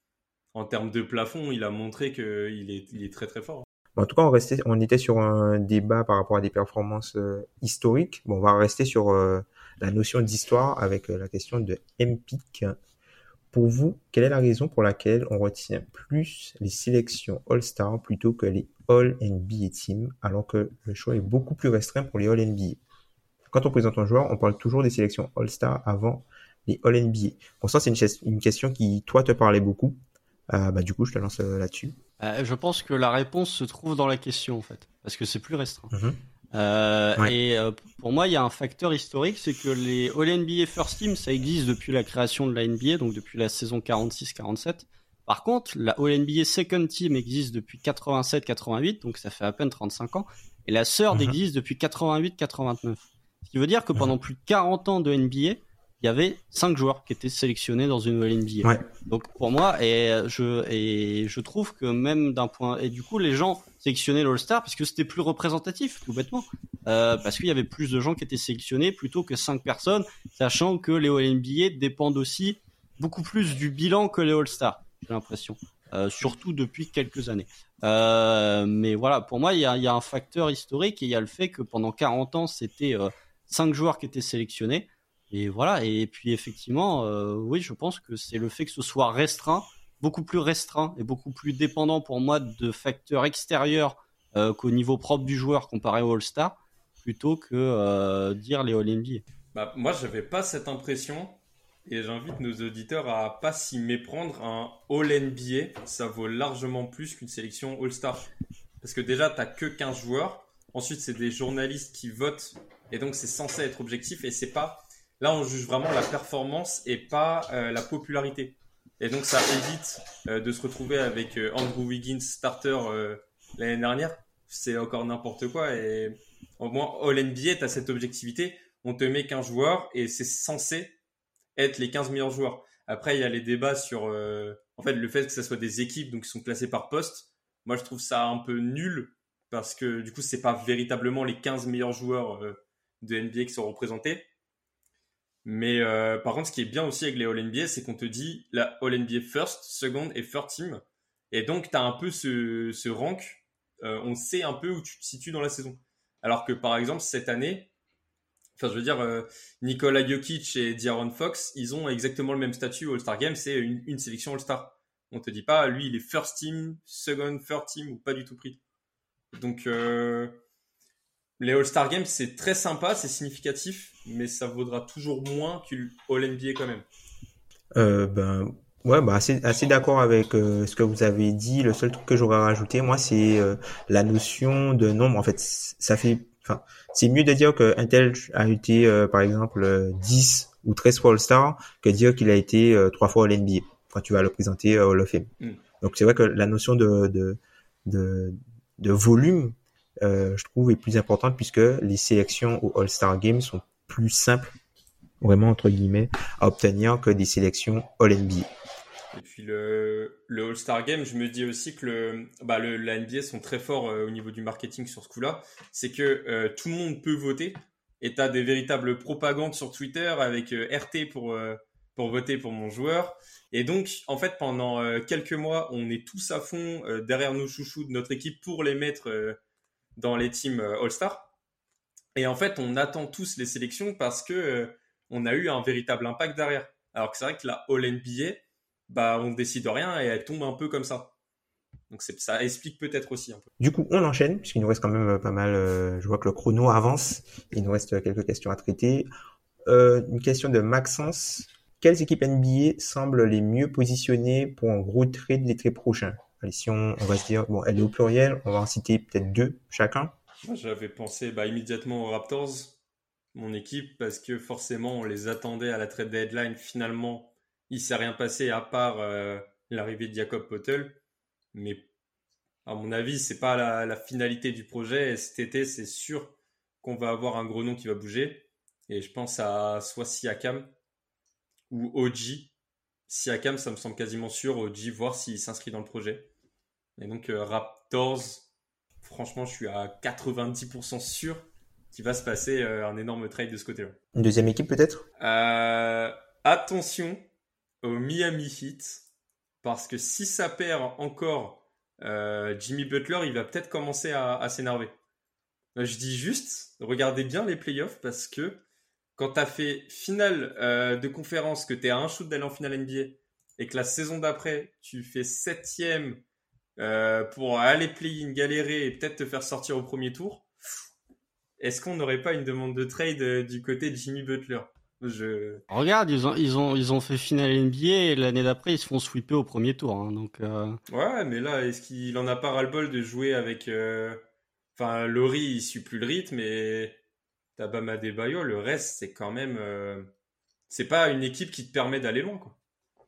en termes de plafond, il a montré qu'il est, il est très très fort. En tout cas, on, restait, on était sur un débat par rapport à des performances euh, historiques. Bon, on va rester sur euh, la notion d'histoire avec euh, la question de M-Pick. Pour vous, quelle est la raison pour laquelle on retient plus les sélections All-Star plutôt que les All-N B A Teams, alors que le choix est beaucoup plus restreint pour les All-N B A? Quand on présente un joueur, on parle toujours des sélections All-Star avant les All-N B A. Pour ça, c'est une, une question qui, toi, te parlait beaucoup. Euh, bah, du coup, je te lance euh, là-dessus. Euh, je pense que la réponse se trouve dans la question, en fait. Parce que c'est plus restreint. Mm-hmm. Euh, ouais. Et euh, pour moi, il y a un facteur historique, c'est que les All-N B A First Team, ça existe depuis la création de la N B A, donc depuis la saison quarante-six quarante-sept. Par contre, la All-N B A Second Team existe depuis quatre-vingt-sept quatre-vingt-huit, donc ça fait à peine trente-cinq ans. Et la Third mm-hmm. existe depuis quatre-vingt-huit quatre-vingt-neuf. Ce qui veut dire que pendant mm-hmm. plus de quarante ans de N B A, il y avait cinq joueurs qui étaient sélectionnés dans une All-N B A. Ouais. Donc pour moi, et je, et je trouve que même d'un point... Et du coup, les gens sélectionnaient l'All-Star parce que c'était plus représentatif, tout bêtement. Euh, parce qu'il y avait plus de gens qui étaient sélectionnés plutôt que cinq personnes, sachant que les All-N B A dépendent aussi beaucoup plus du bilan que les All-Stars, j'ai l'impression. Euh, surtout depuis quelques années. Euh, mais voilà, pour moi, il y a, y a un facteur historique et il y a le fait que pendant quarante ans, c'était euh, cinq joueurs qui étaient sélectionnés. Et voilà, et puis effectivement, euh, oui, je pense que c'est le fait que ce soit restreint, beaucoup plus restreint et beaucoup plus dépendant pour moi de facteurs extérieurs euh, qu'au niveau propre du joueur comparé au All-Star, plutôt que euh, dire les All-N B A. Bah, moi, j'avais pas cette impression, et j'invite nos auditeurs à pas s'y méprendre. Un All-N B A, ça vaut largement plus qu'une sélection All-Star. Parce que déjà, t'as que quinze joueurs, ensuite c'est des journalistes qui votent, et donc c'est censé être objectif, et c'est pas... Là, on juge vraiment la performance et pas euh, la popularité. Et donc, ça évite euh, de se retrouver avec euh, Andrew Wiggins, starter euh, l'année dernière. C'est encore n'importe quoi. Et au moins, All-N B A, tu as cette objectivité. On te met quinze joueurs et c'est censé être les quinze meilleurs joueurs. Après, il y a les débats sur euh, en fait, le fait que ce soit des équipes donc, qui sont classées par poste. Moi, je trouve ça un peu nul parce que du coup, c'est pas véritablement les quinze meilleurs joueurs euh, de N B A qui sont représentés. Mais euh, par contre, ce qui est bien aussi avec les All-N B A, c'est qu'on te dit la All-N B A First, Second et Third Team. Et donc, tu as un peu ce, ce rank. Euh, on sait un peu où tu te situes dans la saison. Alors que, par exemple, cette année, enfin, je veux dire, euh, Nikola Jokic et De'Aaron Fox, ils ont exactement le même statut au All-Star Game. C'est une, une sélection All-Star. On te dit pas, lui, il est First Team, Second, Third Team ou pas du tout pris. Donc... Euh, les All-Star Games, c'est très sympa, c'est significatif, mais ça vaudra toujours moins qu'une All-N B A quand même. Euh, ben, ouais, bah, assez, assez d'accord avec euh, ce que vous avez dit. Le seul truc que j'aurais rajouté, moi, c'est euh, la notion de nombre. En fait, c- ça fait, enfin, c'est mieux de dire que Intel a été, euh, par exemple, euh, dix ou treize fois All-Star que de dire qu'il a été euh, trois fois All-N B A quand tu vas le présenter euh, Hall of Fame. Mm. Donc, c'est vrai que la notion de, de, de, de volume, euh, je trouve, est plus importante puisque les sélections au All-Star Game sont plus simples, vraiment entre guillemets, à obtenir que des sélections All-N B A. Et puis le, le All-Star Game, je me dis aussi que le, bah le, la N B A sont très forts euh, au niveau du marketing sur ce coup-là. C'est que euh, tout le monde peut voter et tu as des véritables propagandes sur Twitter avec euh, R T pour, euh, pour voter pour mon joueur. Et donc, en fait, pendant euh, quelques mois, on est tous à fond euh, derrière nos chouchous de notre équipe pour les mettre euh, dans les teams euh, All-Star. Et en fait, on attend tous les sélections parce que euh, on a eu un véritable impact derrière. Alors que c'est vrai que la All-N B A, bah, on décide rien et elle tombe un peu comme ça. Donc c'est, ça explique peut-être aussi un peu. Du coup, on enchaîne, puisqu'il nous reste quand même pas mal, euh, je vois que le chrono avance, il nous reste quelques questions à traiter. Euh, une question de Maxence. Quelles équipes N B A semblent les mieux positionnées pour un gros trade l'été prochain? Allez, si on, on va se dire, bon, elle est au pluriel, on va en citer peut-être deux chacun. Moi, j'avais pensé bah, immédiatement aux Raptors, mon équipe, parce que forcément, on les attendait à la trade deadline. Finalement, il s'est rien passé à part euh, l'arrivée de Jakob Poeltl. Mais à mon avis, c'est pas la, la finalité du projet. Et cet été, c'est sûr qu'on va avoir un gros nom qui va bouger. Et je pense à soit Siakam ou O G. Siakam, ça me semble quasiment sûr. O G, voir s'il s'inscrit dans le projet. Et donc, euh, Raptors, franchement, je suis à quatre-vingt-dix pour cent sûr qu'il va se passer euh, un énorme trade de ce côté-là. Une deuxième équipe peut-être? Euh, attention au Miami Heat, parce que si ça perd encore euh, Jimmy Butler, il va peut-être commencer à, à s'énerver. Je dis juste, regardez bien les playoffs, parce que quand tu as fait finale euh, de conférence, que tu es à un shoot d'aller en finale N B A, et que la saison d'après, tu fais septième euh, pour aller play-in, galérer et peut-être te faire sortir au premier tour, est-ce qu'on n'aurait pas une demande de trade euh, du côté de Jimmy Butler? Je... Regarde, ils ont, ils ont, ils ont fait finale N B A et l'année d'après, ils se font sweeper au premier tour. Hein, donc, euh... Ouais, mais là, est-ce qu'il en a pas ras-le-bol de jouer avec... euh... Enfin, Laurie, il suit plus le rythme et t'as Bam Adebayo, le reste, c'est quand même... euh, C'est pas une équipe qui te permet d'aller loin, quoi.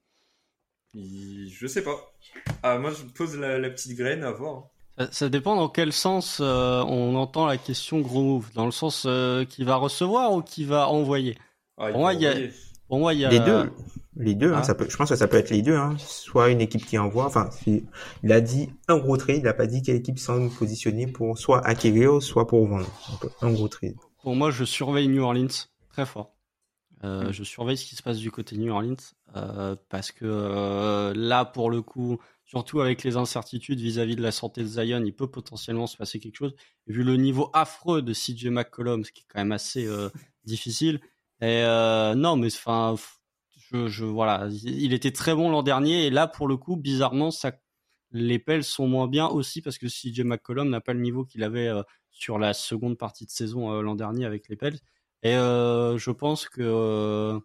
Il... Je sais pas. Ah, moi, je pose la, la petite graine à voir. ça, ça dépend dans quel sens euh, on entend la question gros move. Dans le sens euh, qui va recevoir ou qui va envoyer. Ah, il Pour moi, peut il y a, envoyer. pour moi, il y a Les deux. Les deux, hein, Ah. ça peut, je pense que ça peut être les deux. Hein. Soit une équipe qui envoie, enfin, c'est- il a dit un gros trade, il n'a pas dit quelle équipe semble positionnée pour soit acquérir, soit pour vendre. Donc, un gros trade. Pour moi, je surveille New Orleans très fort. Euh, Mm. Je surveille ce qui se passe du côté New Orleans euh, parce que euh, là, pour le coup, surtout avec les incertitudes vis-à-vis de la santé de Zion, il peut potentiellement se passer quelque chose. Vu le niveau affreux de C J McCollum, ce qui est quand même assez euh, difficile. Et euh, non, mais enfin, je, je voilà, il était très bon l'an dernier et là, pour le coup, bizarrement, ça, les Pels sont moins bien aussi parce que C J McCollum n'a pas le niveau qu'il avait euh, sur la seconde partie de saison euh, l'an dernier avec les Pels. Et euh, je pense que euh,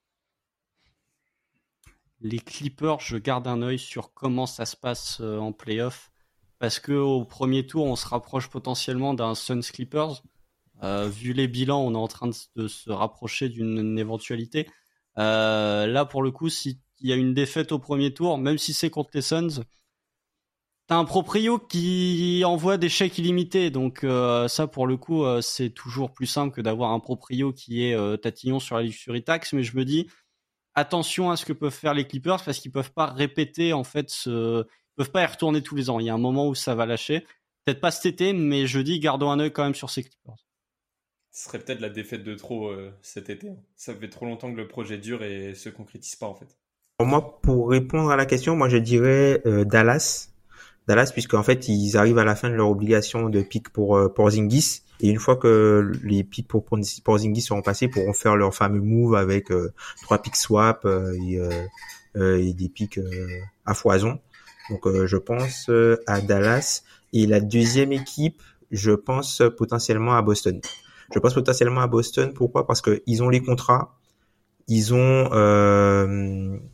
les Clippers, je garde un œil sur comment ça se passe euh, en playoff. Parce qu'au premier tour, on se rapproche potentiellement d'un Suns Clippers. Euh, vu les bilans, on est en train de, de se rapprocher d'une une éventualité. Euh, là, pour le coup, s'il y a une défaite au premier tour, même si c'est contre les Suns, t'as un proprio qui envoie des chèques illimités, donc euh, ça pour le coup euh, c'est toujours plus simple que d'avoir un proprio qui est euh, tatillon sur la luxury tax, mais je me dis attention à ce que peuvent faire les Clippers parce qu'ils peuvent pas répéter en fait ce... ils peuvent pas y retourner tous les ans, il y a un moment où ça va lâcher, peut-être pas cet été, mais je dis gardons un œil quand même sur ces Clippers. Ce serait peut-être la défaite de trop euh, cet été. Ça fait trop longtemps que le projet dure et se concrétise pas en fait. Pour moi, pour répondre à la question, moi je dirais euh, Dallas. Dallas, puisque en fait ils arrivent à la fin de leur obligation de pick pour euh, Porzingis, et une fois que les picks pour Porzingis seront passés, pourront faire leur fameux move avec euh, trois picks swap euh, et, euh, euh, et des picks euh, à foison. Donc euh, je pense euh, à Dallas. Et la deuxième équipe, je pense euh, potentiellement à Boston. Je pense potentiellement à Boston. Pourquoi? Parce que ils ont les contrats, ils ont euh,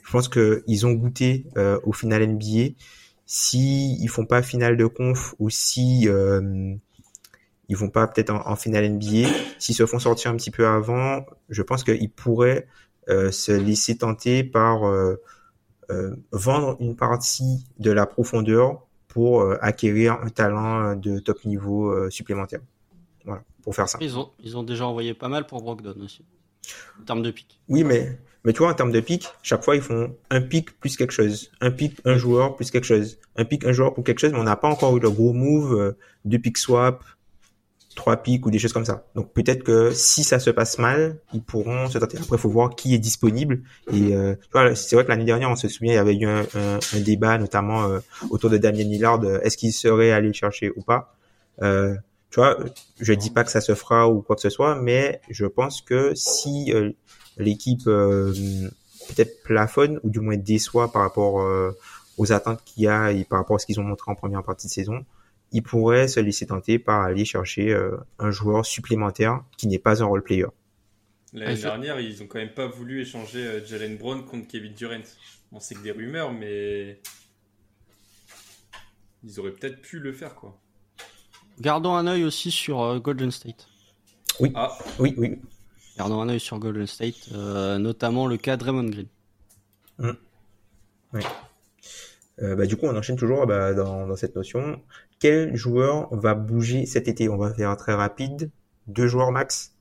Je pense qu'ils ont goûté euh, au final N B A. Si ils font pas finale de conf ou si euh, ils vont pas peut-être en, en finale N B A, s'ils se font sortir un petit peu avant, je pense qu'ils pourraient euh, se laisser tenter par euh, euh, vendre une partie de la profondeur pour euh, acquérir un talent de top niveau euh, supplémentaire. Voilà, pour faire ça. Ils ont, ils ont déjà envoyé pas mal pour Brogdon aussi, en termes de pick. Oui, mais, mais tu vois, en termes de pick, chaque fois, ils font un pick plus quelque chose. Un pick, un joueur plus quelque chose. Un pick, un joueur pour quelque chose, mais on n'a pas encore eu le gros move, euh, deux pick swap, trois picks ou des choses comme ça. Donc peut-être que si ça se passe mal, ils pourront se tenter. Après, il faut voir qui est disponible. Et euh, tu vois, c'est vrai que l'année dernière, on se souvient, il y avait eu un, un, un débat, notamment euh, autour de Damian Lillard. euh, Est-ce qu'il serait allé le chercher ou pas euh, Tu vois, je dis pas que ça se fera ou quoi que ce soit, mais je pense que si euh, l'équipe euh, peut-être plafonne ou du moins déçoit par rapport euh, aux attentes qu'il y a et par rapport à ce qu'ils ont montré en première partie de saison, ils pourraient se laisser tenter par aller chercher euh, un joueur supplémentaire qui n'est pas un role player. L'année dernière, ils ont quand même pas voulu échanger euh, Jalen Brown contre Kevin Durant. Bon, c'est que des rumeurs, mais ils auraient peut-être pu le faire, quoi. Gardons un œil aussi sur euh, Golden State. Oui, Ah. oui, oui. Gardons un œil sur Golden State, euh, notamment le cas de Draymond Green. Mmh. Oui. Euh, bah, du coup, on enchaîne toujours bah, dans, dans cette notion. Quel joueur va bouger cet été? On va faire très rapide. Deux joueurs max.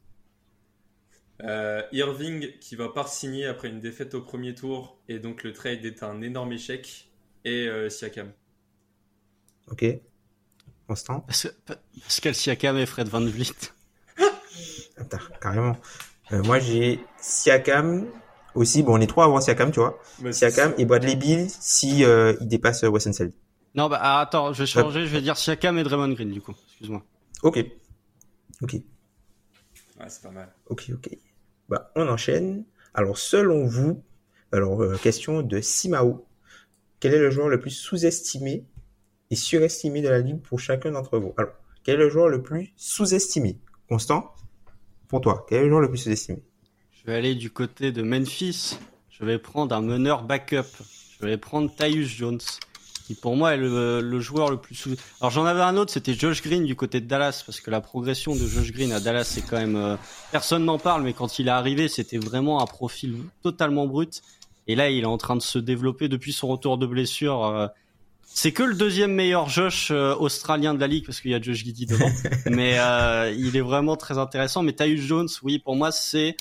Euh, Irving qui va pas signer après une défaite au premier tour et donc le trade est un énorme échec. Et euh, Siakam. Ok. Constant. Pascal Siakam et Fred VanVleet. Attends, carrément. Euh, moi, j'ai Siakam aussi. Bon, on est trois à avoir Siakam, tu vois. Bah, Siakam et Bradley Beal si euh, il dépasse Wes Unseld. Non, bah ah, attends, je vais changer. Je vais dire Siakam et Draymond Green du coup. Excuse-moi. Ok. Ok. Ouais, c'est pas mal. Ok, ok. Bah, on enchaîne. Alors, selon vous, alors euh, question de Simao. Quel est le joueur le plus sous-estimé et surestimé de la ligue pour chacun d'entre vous? Alors, quel est le joueur le plus sous-estimé? Constant, pour toi, quel est le joueur le plus sous-estimé? Je vais aller du côté de Memphis. Je vais prendre un meneur backup. Je vais prendre Tyus Jones, qui pour moi est le, le joueur le plus sous... Alors j'en avais un autre, c'était Josh Green du côté de Dallas, parce que la progression de Josh Green à Dallas, c'est quand même... Euh, personne n'en parle, mais quand il est arrivé, c'était vraiment un profil totalement brut. Et là, il est en train de se développer depuis son retour de blessure. Euh, c'est que le deuxième meilleur Josh euh, australien de la ligue, parce qu'il y a Josh Giddey devant. mais euh, il est vraiment très intéressant. Mais Tyus Jones, oui, pour moi, c'est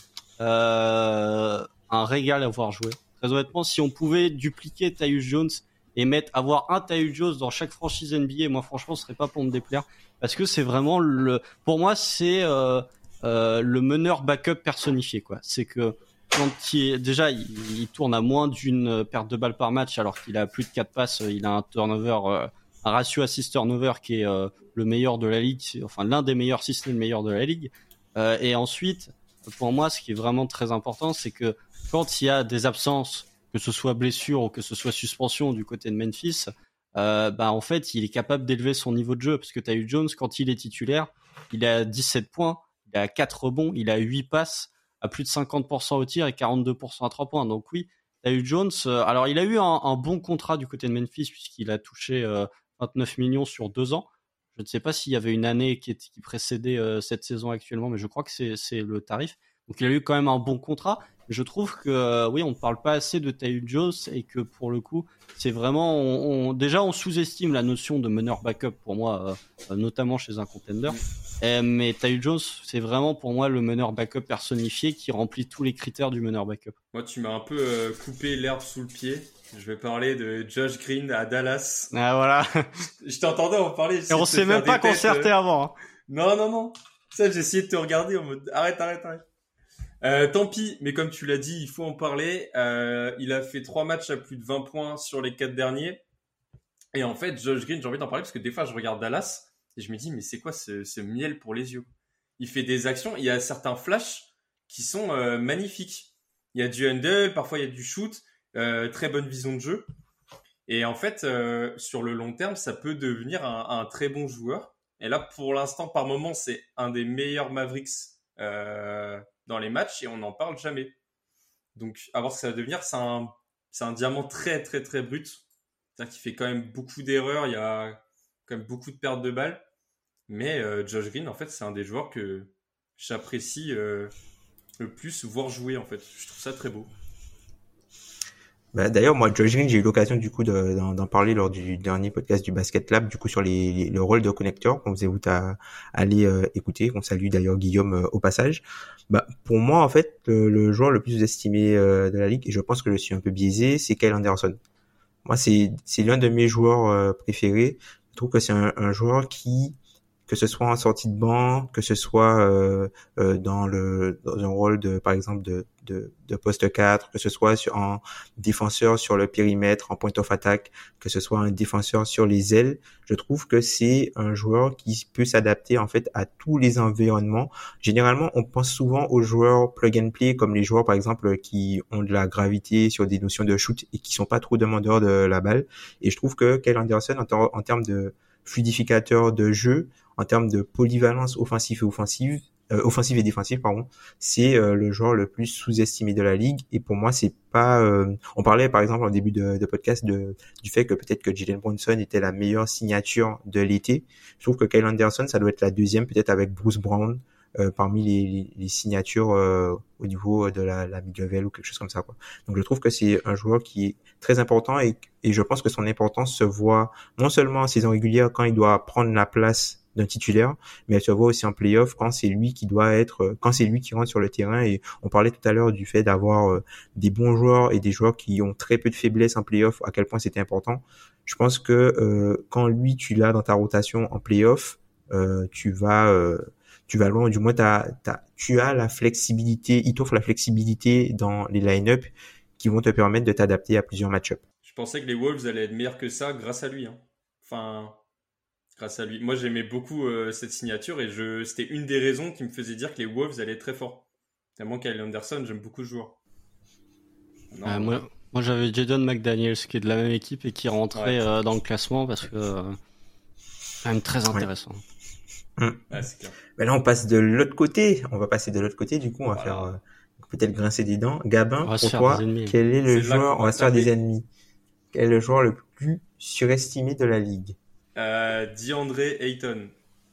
euh, un régal à voir jouer. Très honnêtement, si on pouvait dupliquer Tyus Jones et mettre, avoir un Tyus Jones dans chaque franchise N B A, moi, franchement, ce serait pas pour me déplaire. Parce que c'est vraiment le... Pour moi, c'est euh, euh, le meneur backup personnifié, quoi. C'est que quand il est, déjà, il, il tourne à moins d'une perte de balle par match, alors qu'il a plus de quatre passes, il a un turnover, euh, un ratio assist turnover qui est euh, le meilleur de la ligue, enfin l'un des meilleurs, si ce n'est le meilleur de la ligue. Euh, et ensuite, pour moi, ce qui est vraiment très important, c'est que quand il y a des absences, que ce soit blessure ou que ce soit suspension du côté de Memphis, euh, bah en fait, il est capable d'élever son niveau de jeu, parce que Tyus Jones, quand il est titulaire, il a dix-sept points, il a quatre rebonds, il a huit passes, à plus de cinquante pour cent au tir et quarante-deux pour cent à trois points. Donc oui, Tyus Jones, euh, alors il a eu un, un bon contrat du côté de Memphis puisqu'il a touché euh, vingt-neuf millions sur deux ans. Je ne sais pas s'il y avait une année qui, était, qui précédait euh, cette saison actuellement, mais je crois que c'est, c'est le tarif. Donc il a eu quand même un bon contrat. Je trouve que euh, oui, on ne parle pas assez de Tyus Jones et que pour le coup, c'est vraiment on, on, déjà on sous-estime la notion de meneur backup pour moi, euh, notamment chez un contender. Et, mais Tyus Jones, c'est vraiment pour moi le meneur backup personnifié qui remplit tous les critères du meneur backup. Moi, tu m'as un peu euh, coupé l'herbe sous le pied. Je vais parler de Josh Green à Dallas. Ah voilà. Je t'entendais en parler. Et on s'est même pas concerté euh... avant. Hein. Non, non, non. Ça, j'ai essayé de te regarder en mode arrête, arrête, arrête. Euh, tant pis, mais comme tu l'as dit, il faut en parler. Euh, il a fait trois matchs à plus de vingt points sur les quatre derniers. Et en fait, Josh Green, j'ai envie d'en parler parce que des fois, je regarde Dallas et je me dis, mais c'est quoi ce, ce miel pour les yeux? Il fait des actions, il y a certains flashs qui sont euh, magnifiques. Il y a du handle, parfois il y a du shoot, euh, très bonne vision de jeu. Et en fait, euh, sur le long terme, ça peut devenir un, un très bon joueur. Et là, pour l'instant, par moment, c'est un des meilleurs Mavericks euh, dans les matchs et on n'en parle jamais. Donc, à voir ce que ça va devenir, c'est un c'est un diamant très très très brut. C'est-à-dire qu'il fait quand même beaucoup d'erreurs, il y a quand même beaucoup de pertes de balles. Mais euh, Josh Green, en fait, c'est un des joueurs que j'apprécie euh, le plus voir jouer, en fait. Je trouve ça très beau. Bah, d'ailleurs, moi, Josh Green, j'ai eu l'occasion du coup de, d'en, d'en parler lors du dernier podcast du Basket Lab, du coup sur les, les le rôle de connecteur qu'on vous invite à, à aller euh, écouter. On salue d'ailleurs Guillaume euh, au passage. Bah, pour moi, en fait, le, le joueur le plus estimé euh, de la ligue, et je pense que je suis un peu biaisé, c'est Kyle Anderson. Moi, c'est c'est l'un de mes joueurs euh, préférés. Je trouve que c'est un, un joueur qui, que ce soit en sortie de banc, que ce soit euh, euh, dans le dans un rôle de par exemple de de, de poste quatre, que ce soit sur, en défenseur sur le périmètre, en point of attack, que ce soit un défenseur sur les ailes, je trouve que c'est un joueur qui peut s'adapter en fait à tous les environnements. Généralement, on pense souvent aux joueurs plug and play comme les joueurs par exemple qui ont de la gravité sur des notions de shoot et qui sont pas trop demandeurs de la balle. Et je trouve que Kyle Anderson en, ter- en termes de fluidificateur de jeu, en termes de polyvalence offensive et offensive, euh, offensive et défensive, pardon, c'est euh, le joueur le plus sous-estimé de la ligue. Et pour moi, c'est pas. Euh, on parlait par exemple en début de, de podcast de du fait que peut-être que Jalen Brunson était la meilleure signature de l'été. Je trouve que Kyle Anderson, ça doit être la deuxième, peut-être avec Bruce Brown. Euh, parmi les, les, les signatures euh, au niveau de la, la mid-level ou quelque chose comme ça, quoi. Donc je trouve que c'est un joueur qui est très important et, et je pense que son importance se voit non seulement en saison régulière quand il doit prendre la place d'un titulaire, mais elle se voit aussi en play-off quand c'est lui qui doit être, quand c'est lui qui rentre sur le terrain. Et on parlait tout à l'heure du fait d'avoir euh, des bons joueurs et des joueurs qui ont très peu de faiblesses en play-off, à quel point c'était important. Je pense que euh, quand lui tu l'as dans ta rotation en play-off, euh, tu vas euh, tu vas loin, du moins t'as, t'as, tu as la flexibilité, il t'offre la flexibilité dans les line-up qui vont te permettre de t'adapter à plusieurs match-ups. Je pensais que les Wolves allaient être meilleurs que ça grâce à lui. Hein. Enfin, grâce à lui. Moi, j'aimais beaucoup euh, cette signature et je, c'était une des raisons qui me faisait dire que les Wolves allaient être très forts. Tellement Kyle Anderson, j'aime beaucoup ce joueur. Non, euh, moi, moi, j'avais Jaden McDaniels qui est de la même équipe et qui rentrait ouais. euh, dans le classement parce que euh, quand même très intéressant. Ouais. Mmh. Ouais, c'est clair. Ben là, on passe de l'autre côté. On va passer de l'autre côté. Du coup, on va voilà. faire euh, peut-être grincer des dents. Gabin, pour toi, quel est le c'est joueur... On va se faire des ennemis. Quel est le joueur le plus surestimé de la ligue? euh, DeAndre Ayton.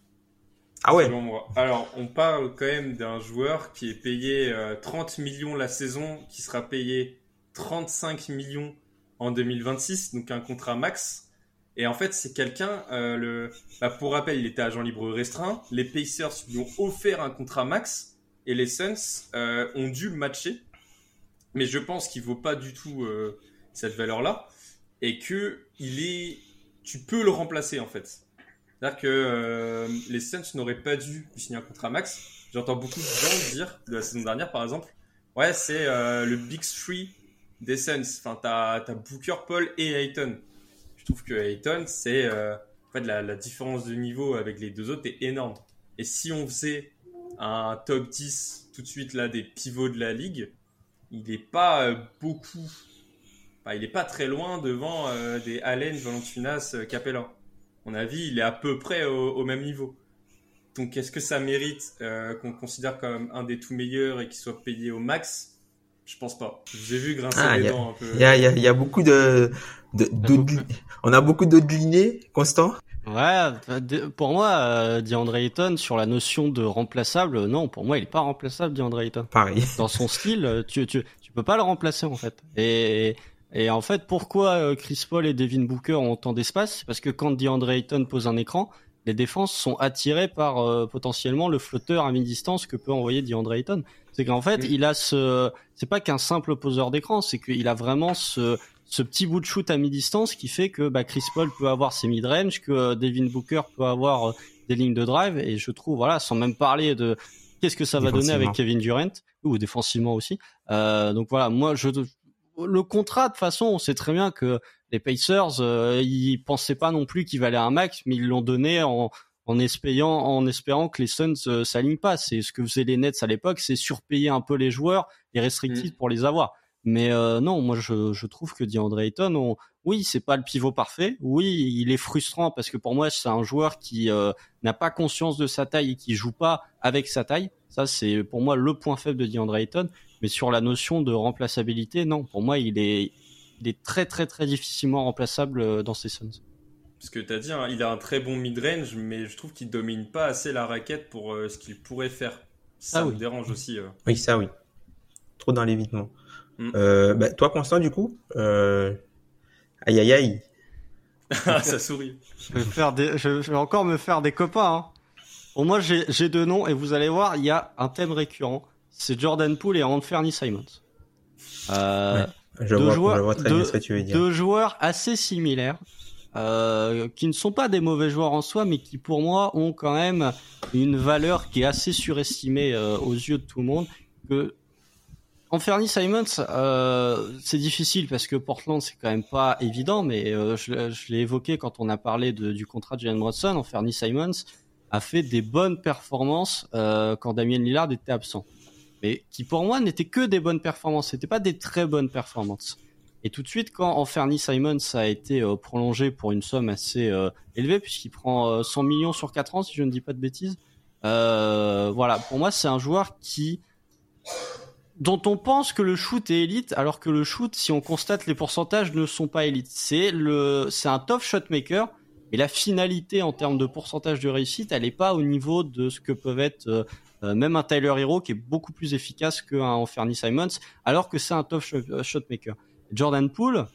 Ah ouais. Selon moi. Alors, on parle quand même d'un joueur qui est payé euh, trente millions la saison, qui sera payé trente-cinq millions en deux mille vingt-six, donc un contrat max. Et en fait, c'est quelqu'un, euh, le, bah, pour rappel, il était agent libre restreint. Les Pacers lui ont offert un contrat max et les Suns euh, ont dû le matcher. Mais je pense qu'il vaut pas du tout euh, cette valeur-là et que il est, tu peux le remplacer en fait. C'est-à-dire que euh, les Suns n'auraient pas dû lui signer un contrat max. J'entends beaucoup de gens dire de la saison dernière, par exemple, ouais, c'est euh, le Big Three des Suns. Enfin, t'as, t'as Booker, Paul et Ayton. Je trouve que Ayton, c'est euh, en fait la, la différence de niveau avec les deux autres est énorme. Et si on faisait un top dix tout de suite là des pivots de la ligue, il n'est pas euh, beaucoup, enfin, il n'est pas très loin devant euh, des Allen, Valanciunas, euh, Capella. À mon avis, il est à peu près au, au même niveau. Donc, est-ce que ça mérite euh, qu'on le considère comme un des tout meilleurs et qu'il soit payé au max ? Je pense pas. J'ai vu grincer ah, les a, dents un peu. Il y a, il y a, il y a beaucoup de, de, de on a beaucoup d'odlinés, Constant. Ouais, pour moi, euh, DeAndre Ayton, sur la notion de remplaçable, non, pour moi, il est pas remplaçable, DeAndre Ayton. Pareil. Dans son style, tu, tu, tu peux pas le remplacer, en fait. Et, et en fait, pourquoi Chris Paul et Devin Booker ont autant d'espace? C'est parce que quand DeAndre Ayton pose un écran, les défenses sont attirées par euh, potentiellement le flotteur à mi-distance que peut envoyer DeAndre Ayton. C'est qu'en fait, mmh. il a ce, c'est pas qu'un simple poseur d'écran, c'est qu'il a vraiment ce, ce petit bout de shoot à mi-distance qui fait que bah, Chris Paul peut avoir ses mid-range, que euh, Devin Booker peut avoir euh, des lignes de drive, et je trouve, voilà, sans même parler de qu'est-ce que ça va donner avec Kevin Durant, ou défensivement aussi. Euh, donc voilà, moi, je, le contrat, de toute façon, on sait très bien que les Pacers, euh, ils pensaient pas non plus qu'il valait un max, mais ils l'ont donné en, en espérant, en espérant que les Suns euh, s'alignent pas. C'est ce que faisaient les Nets à l'époque, c'est surpayer un peu les joueurs, les restrictifs mmh. pour les avoir. Mais euh, non, moi je, je trouve que DeAndre Ayton, on, oui, c'est pas le pivot parfait. Oui, il est frustrant parce que pour moi c'est un joueur qui euh, n'a pas conscience de sa taille et qui joue pas avec sa taille. Ça c'est pour moi le point faible de DeAndre Ayton. Mais sur la notion de remplaçabilité, non, pour moi il est qu'il est très très très difficilement remplaçable dans ces Suns. Ce que tu as dit, hein, il a un très bon mid-range, mais je trouve qu'il domine pas assez la raquette pour euh, ce qu'il pourrait faire. Ça ah me oui. dérange aussi. Euh. Oui, ça oui. Trop dans l'évitement. Mm. Euh, bah, toi, Constant, du coup, euh... aïe aïe aïe. Ça sourit. Je vais, faire des, je vais encore me faire des copains. Hein. Bon, moi, j'ai, j'ai deux noms et vous allez voir, il y a un thème récurrent. C'est Jordan Poole et Anthony Simons. Euh, ouais, je, deux vois, joueurs, je vois très deux, bien ce que tu veux dire. Deux joueurs assez similaires, euh, qui ne sont pas des mauvais joueurs en soi, mais qui pour moi ont quand même une valeur qui est assez surestimée euh, aux yeux de tout le monde. Que Anthony Simons, euh, c'est difficile parce que Portland c'est quand même pas évident, mais euh, je, je l'ai évoqué quand on a parlé de, du contrat de Jalen Brunson. Anthony Simons a fait des bonnes performances euh, quand Damian Lillard était absent, mais qui pour moi n'étaient que des bonnes performances, c'était pas des très bonnes performances. Et tout de suite, quand Anthony Simons a été euh, prolongé pour une somme assez euh, élevée, puisqu'il prend euh, cent millions sur quatre ans, si je ne dis pas de bêtises, euh, voilà, pour moi c'est un joueur qui dont on pense que le shoot est élite, alors que le shoot, si on constate les pourcentages, ne sont pas élites. C'est le, c'est un tough shot maker, mais la finalité en termes de pourcentage de réussite, elle est pas au niveau de ce que peuvent être euh, euh, même un Tyler Hero qui est beaucoup plus efficace qu'un Anthony Simons, alors que c'est un tough shot maker. Jordan Poole,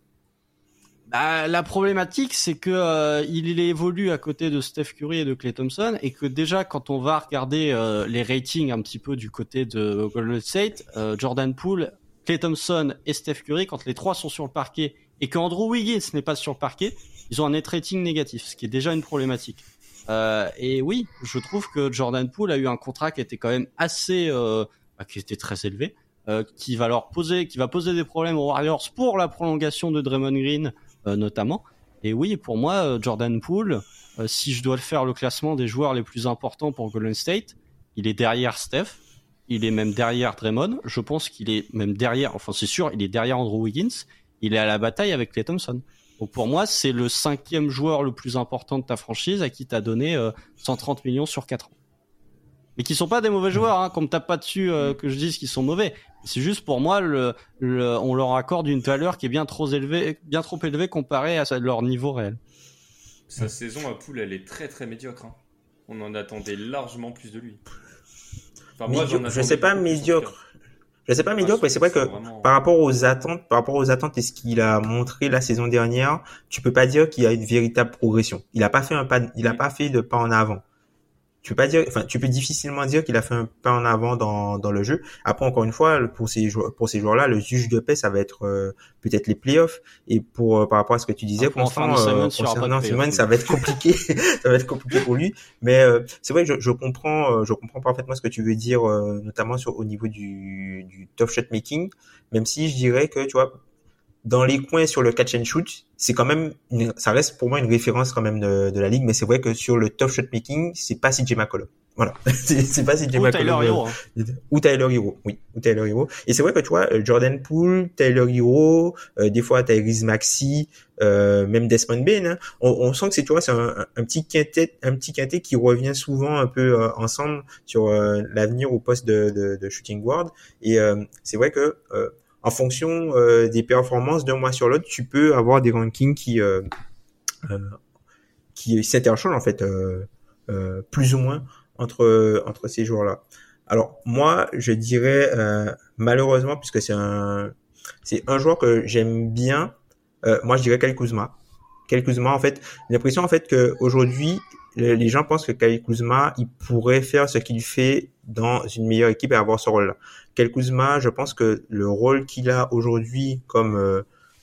bah, la problématique, c'est que euh, il évolue à côté de Steph Curry et de Klay Thompson, et que déjà quand on va regarder euh, les ratings un petit peu du côté de Golden State, euh, Jordan Poole, Klay Thompson et Steph Curry, quand les trois sont sur le parquet et qu'Andrew Wiggins n'est pas sur le parquet, ils ont un net rating négatif, ce qui est déjà une problématique. Euh, et oui, je trouve que Jordan Poole a eu un contrat qui était quand même assez, euh, bah, qui était très élevé, euh, qui va leur poser, qui va poser des problèmes aux Warriors pour la prolongation de Draymond Green. Euh, notamment. Et oui, pour moi, euh, Jordan Poole, euh, si je dois le faire le classement des joueurs les plus importants pour Golden State, il est derrière Steph, il est même derrière Draymond, je pense qu'il est même derrière, enfin c'est sûr, il est derrière Andrew Wiggins, il est à la bataille avec Klay Thompson. Donc pour moi, c'est le cinquième joueur le plus important de ta franchise à qui t'as donné euh, cent trente millions sur quatre ans. Mais qui sont pas des mauvais joueurs, hein, qu'on me tape pas dessus euh, que je dise qu'ils sont mauvais. C'est juste pour moi, le, le, on leur accorde une valeur qui est bien trop élevée, bien trop élevée comparée à leur niveau réel. Sa saison à Poole, elle est très très médiocre. Hein. On en attendait largement plus de lui. Enfin, moi, Médio- je sais pas médiocre. Je sais pas médiocre, mais c'est vrai que vraiment... par rapport aux attentes, par rapport aux attentes et ce qu'il a montré la saison dernière, tu peux pas dire qu'il y a une véritable progression. Il a pas fait un pas, il a mmh. pas fait de pas en avant. Tu peux pas dire, enfin, tu peux difficilement dire qu'il a fait un pas en avant dans dans le jeu. Après, encore une fois, pour ces joueurs, pour ces joueurs-là, le juge de paix, ça va être euh, peut-être les playoffs. Et pour euh, par rapport à ce que tu disais, Constant, euh, concernant Simon, ça va être compliqué, ça va être compliqué pour lui. Mais euh, c'est vrai que je, je comprends, euh, je comprends parfaitement ce que tu veux dire, euh, notamment sur au niveau du du tough shot making. Même si je dirais que tu vois, dans les coins sur le catch and shoot, c'est quand même, une, ça reste pour moi une référence quand même de, de la ligue, mais c'est vrai que sur le tough shot making, c'est pas C J McCollum. Voilà. c'est, c'est pas C J McCollum. Ou Tyler Hero. Hein. Ou Tyler Hero. Oui. Ou Tyler Hero. Et c'est vrai que tu vois, Jordan Poole, Tyler Hero, euh, des fois Tyrese Maxey, euh, même Desmond Bane, hein, on, on sent que c'est, tu vois, c'est un, un petit quintet, un petit quintet qui revient souvent un peu euh, ensemble sur euh, l'avenir au poste de, de, de shooting guard. Et euh, c'est vrai que, euh, en fonction euh, des performances d'un mois sur l'autre, tu peux avoir des rankings qui euh, euh, qui s'interchangent en fait euh, euh, plus ou moins entre entre ces joueurs-là. Alors moi, je dirais euh, malheureusement, puisque c'est un c'est un joueur que j'aime bien, euh, moi je dirais Kyle Kuzma. Kyle Kuzma, en fait, j'ai l'impression en fait que aujourd'hui les gens pensent que Kyle Kuzma, il pourrait faire ce qu'il fait dans une meilleure équipe et avoir ce rôle-là. Kyle Kuzma, je pense que le rôle qu'il a aujourd'hui comme euh,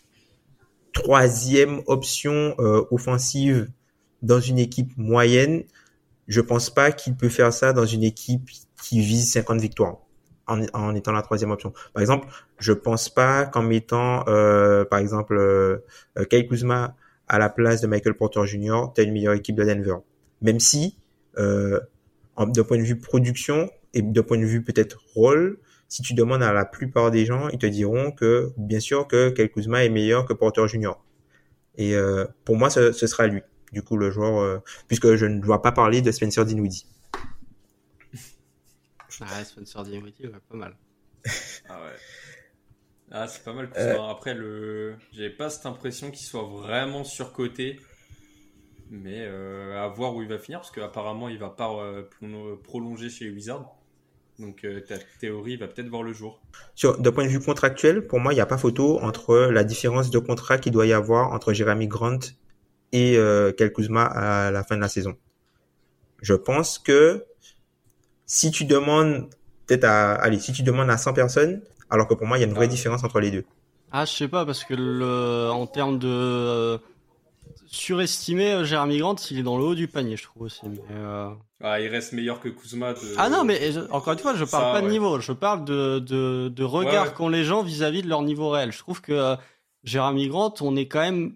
troisième option euh, offensive dans une équipe moyenne, je pense pas qu'il peut faire ça dans une équipe qui vise cinquante victoires en, en étant la troisième option. Par exemple, je pense pas qu'en mettant, euh, par exemple, euh, Kyle Kuzma à la place de Michael Porter Junior, t'as une meilleure équipe de Denver. Même si, euh, d'un point de vue production et d'un point de vue peut-être rôle, si tu demandes à la plupart des gens, ils te diront que, bien sûr, que Kyle Kuzma est meilleur que Porter Junior Et euh, pour moi, ce, ce sera lui, du coup, le joueur, euh, puisque je ne dois pas parler de Spencer Dinwiddie. Ah, Spencer Dinwiddie, ouais, pas mal. Ah ouais. Ah, c'est pas mal Kuzma. Euh... Après, le... j'avais pas cette impression qu'il soit vraiment surcoté. Mais euh, à voir où il va finir, parce qu'apparemment, il va pas euh, prolonger chez les Wizards. Donc euh, ta théorie va peut-être voir le jour. Sur, d'un point de vue contractuel, pour moi, il n'y a pas photo entre la différence de contrat qu'il doit y avoir entre Jeremy Grant et euh, Kyle Kuzma à la fin de la saison. Je pense que si tu demandes peut-être à, allez, si tu demandes à cent personnes, alors que pour moi, il y a une vraie ah, différence entre les deux. Ah, je sais pas, parce que le, en termes de euh, surestimé, Jeremy Grant, il est dans le haut du panier, je trouve aussi. Mais euh... ah, il reste meilleur que Kuzma. De... Ah non, mais encore une fois, je parle Ça, pas de ouais. niveau, je parle de, de, de regard ouais, ouais. qu'ont les gens vis-à-vis de leur niveau réel. Je trouve que euh, Jeremy Grant, on est quand même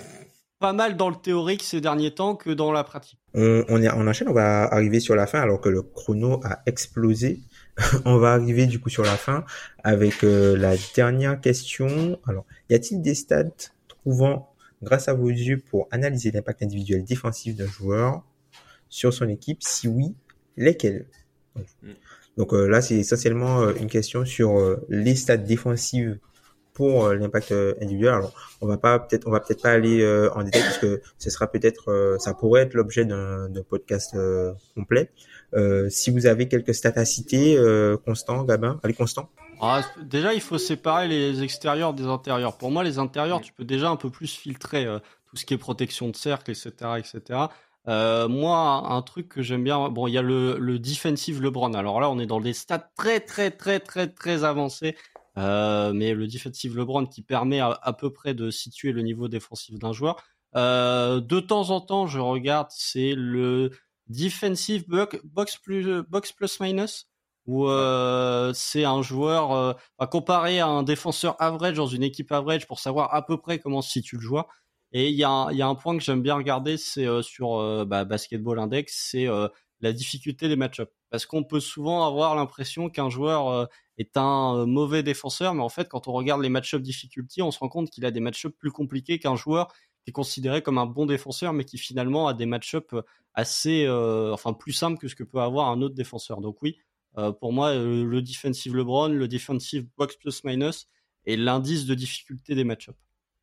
pas mal dans le théorique ces derniers temps que dans la pratique. On, on, est, on enchaîne, on va arriver sur la fin alors que le chrono a explosé. On va arriver du coup sur la fin avec euh, la dernière question. Alors, y a-t-il des stats trouvant grâce à vos yeux pour analyser l'impact individuel défensif d'un joueur sur son équipe? Si oui, lesquels? Donc, mm. donc euh, là, c'est essentiellement euh, une question sur euh, les stats défensives pour euh, l'impact euh, individuel. Alors, on va pas peut-être, on va peut-être pas aller euh, en détail parce que ce sera peut-être, euh, ça pourrait être l'objet d'un, d'un podcast euh, complet. Euh, si vous avez quelques stats à citer, euh, Constant, Gabin, allez Constant. Ah, déjà, il faut séparer les extérieurs des intérieurs. Pour moi, les intérieurs, tu peux déjà un peu plus filtrer euh, tout ce qui est protection de cercle, et cetera, et cetera. Euh, moi, un truc que j'aime bien, bon, il y a le, le defensive LeBron. Alors là, on est dans des stats très, très, très, très, très avancés. Euh, mais le defensive LeBron qui permet à, à peu près de situer le niveau défensif d'un joueur. Euh, de temps en temps, je regarde, c'est le defensive box plus box plus minus, où euh, c'est un joueur euh, à comparer à un défenseur average dans une équipe average pour savoir à peu près comment se situe le joueur. Et il y a il y a un point que j'aime bien regarder, c'est euh, sur euh, bah, Basketball Index, c'est euh, la difficulté des match-ups. Parce qu'on peut souvent avoir l'impression qu'un joueur euh, est un euh, mauvais défenseur, mais en fait, quand on regarde les match-up difficulty, on se rend compte qu'il a des match-up plus compliqués qu'un joueur qui est considéré comme un bon défenseur, mais qui finalement a des match-up assez, euh, enfin plus simples que ce que peut avoir un autre défenseur. Donc oui, euh, pour moi, euh, le defensive LeBron, le defensive box plus minus est l'indice de difficulté des match-up.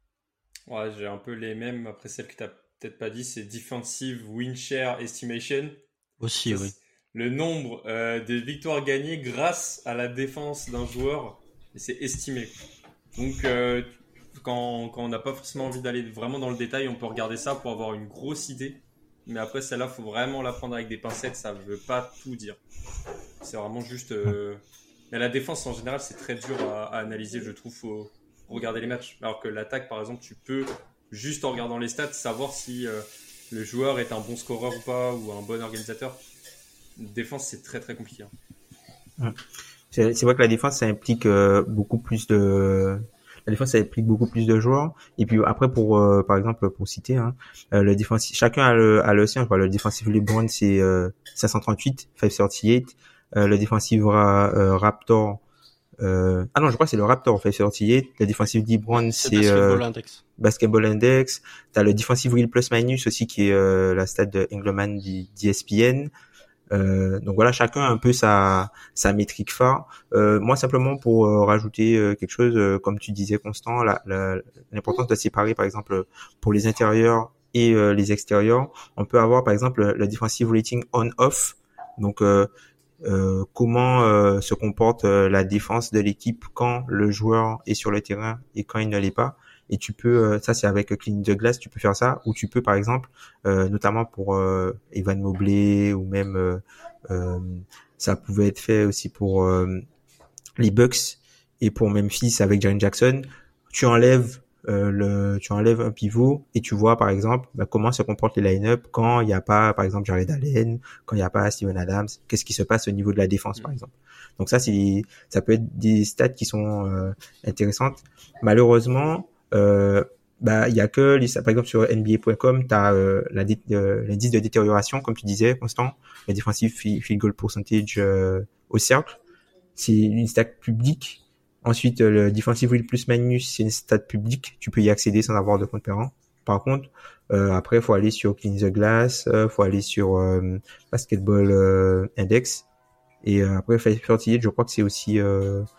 Ouais, j'ai un peu les mêmes. Après, celle que tu n'as peut-être pas dit, c'est defensive win share estimation. Aussi, ça, oui. Le nombre euh, de victoires gagnées grâce à la défense d'un joueur, et c'est estimé. Donc, euh, quand, quand on n'a pas forcément envie d'aller vraiment dans le détail, on peut regarder ça pour avoir une grosse idée. Mais après, celle-là, il faut vraiment la prendre avec des pincettes. Ça ne veut pas tout dire. C'est vraiment juste... Euh... Mais la défense, en général, c'est très dur à, à analyser, je trouve. Il faut regarder les matchs. Alors que l'attaque, par exemple, tu peux, juste en regardant les stats, savoir si euh, le joueur est un bon scoreur ou pas, ou un bon organisateur. Défense, c'est très très compliqué. Hein. C'est, c'est vrai que la défense, ça implique euh, beaucoup plus de... La défense, ça implique beaucoup plus de joueurs. Et puis après, pour euh, par exemple, pour citer, hein, euh, le défensif, chacun a le, a le sien. Le défensif LeBron, c'est euh, cinq cent trente-huit, cinq cent trente-huit. Euh, le défensif ra, euh, Raptor, euh, ah non, je crois que c'est le Raptor, cinq cent trente-huit. Le défensif LeBron, c'est, c'est Basketball euh, Index. Basketball Index. T'as le défensif Will Plus Minus aussi, qui est euh, la stat de Engelman d'E S P N. Euh, donc voilà, chacun a un peu sa sa métrique phare. Euh, moi simplement pour euh, rajouter euh, quelque chose, euh, comme tu disais Constant, la, la, l'importance de séparer par exemple pour les intérieurs et euh, les extérieurs. On peut avoir par exemple le, le defensive rating on-off. Donc euh, euh, comment euh, se comporte euh, la défense de l'équipe quand le joueur est sur le terrain et quand il ne l'est pas. Et tu peux, euh, ça c'est avec Clean the Glass, tu peux faire ça, ou tu peux par exemple, euh, notamment pour euh, Evan Mobley, ou même euh, euh, ça pouvait être fait aussi pour euh, les Bucks et pour Memphis avec Jaren Jackson. Tu enlèves euh, le, tu enlèves un pivot et tu vois par exemple bah, comment se comportent les line-up quand il n'y a pas par exemple Jared Allen, quand il n'y a pas Steven Adams. Qu'est-ce qui se passe au niveau de la défense par exemple. Donc ça c'est, ça peut être des stats qui sont euh, intéressantes. Malheureusement. Euh, bah il y a que les, par exemple sur N B A point com t'as euh, la euh, l'indice de détérioration comme tu disais Constant, le defensive field goal percentage euh, au cercle, c'est une stat publique. Ensuite euh, le defensive win plus minus, c'est une stat publique, tu peux y accéder sans avoir de compte parent. Par contre euh, après faut aller sur Clean the Glass, euh, faut aller sur euh, Basketball euh, Index et euh, après cinq cent trente-huit, je crois que c'est aussi euh,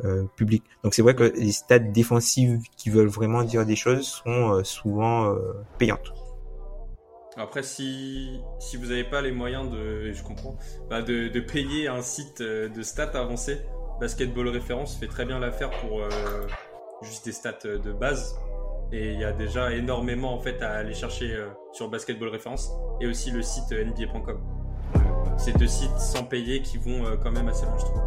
euh, public. Donc c'est vrai que les stats défensives qui veulent vraiment dire des choses sont euh, souvent euh, payantes. Après, si, si vous n'avez pas les moyens de, je comprends, bah de, de payer un site de stats avancé, Basketball Référence fait très bien l'affaire pour euh, juste des stats de base. Et il y a déjà énormément en fait à aller chercher euh, sur Basketball Référence et aussi le site N B A point com. C'est deux sites sans payer qui vont euh, quand même assez loin, je trouve.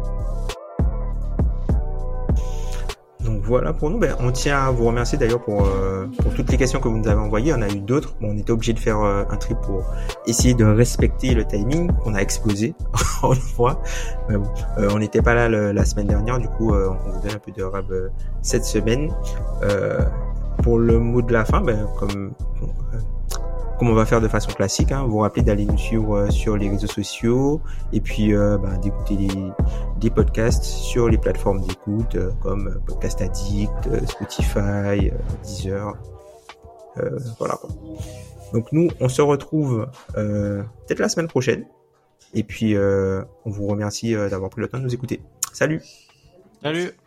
Donc voilà pour nous. Ben, on tient à vous remercier d'ailleurs pour, euh, pour toutes les questions que vous nous avez envoyées. On a eu d'autres. Bon, on était obligé de faire euh, un tri pour essayer de respecter le timing. On a explosé encore une fois. Mais bon, euh, on n'était pas là le, la semaine dernière. Du coup, euh, on vous donne un peu de rab euh, cette semaine. Euh, pour le mot de la fin, ben, comme... Euh, comme on va faire de façon classique, hein, vous rappelez d'aller nous suivre euh, sur les réseaux sociaux et puis euh, bah, d'écouter des, des podcasts sur les plateformes d'écoute euh, comme Podcast Addict, euh, Spotify, euh, Deezer, euh, voilà. Donc nous, on se retrouve euh, peut-être la semaine prochaine et puis euh, on vous remercie euh, d'avoir pris le temps de nous écouter. Salut. Salut.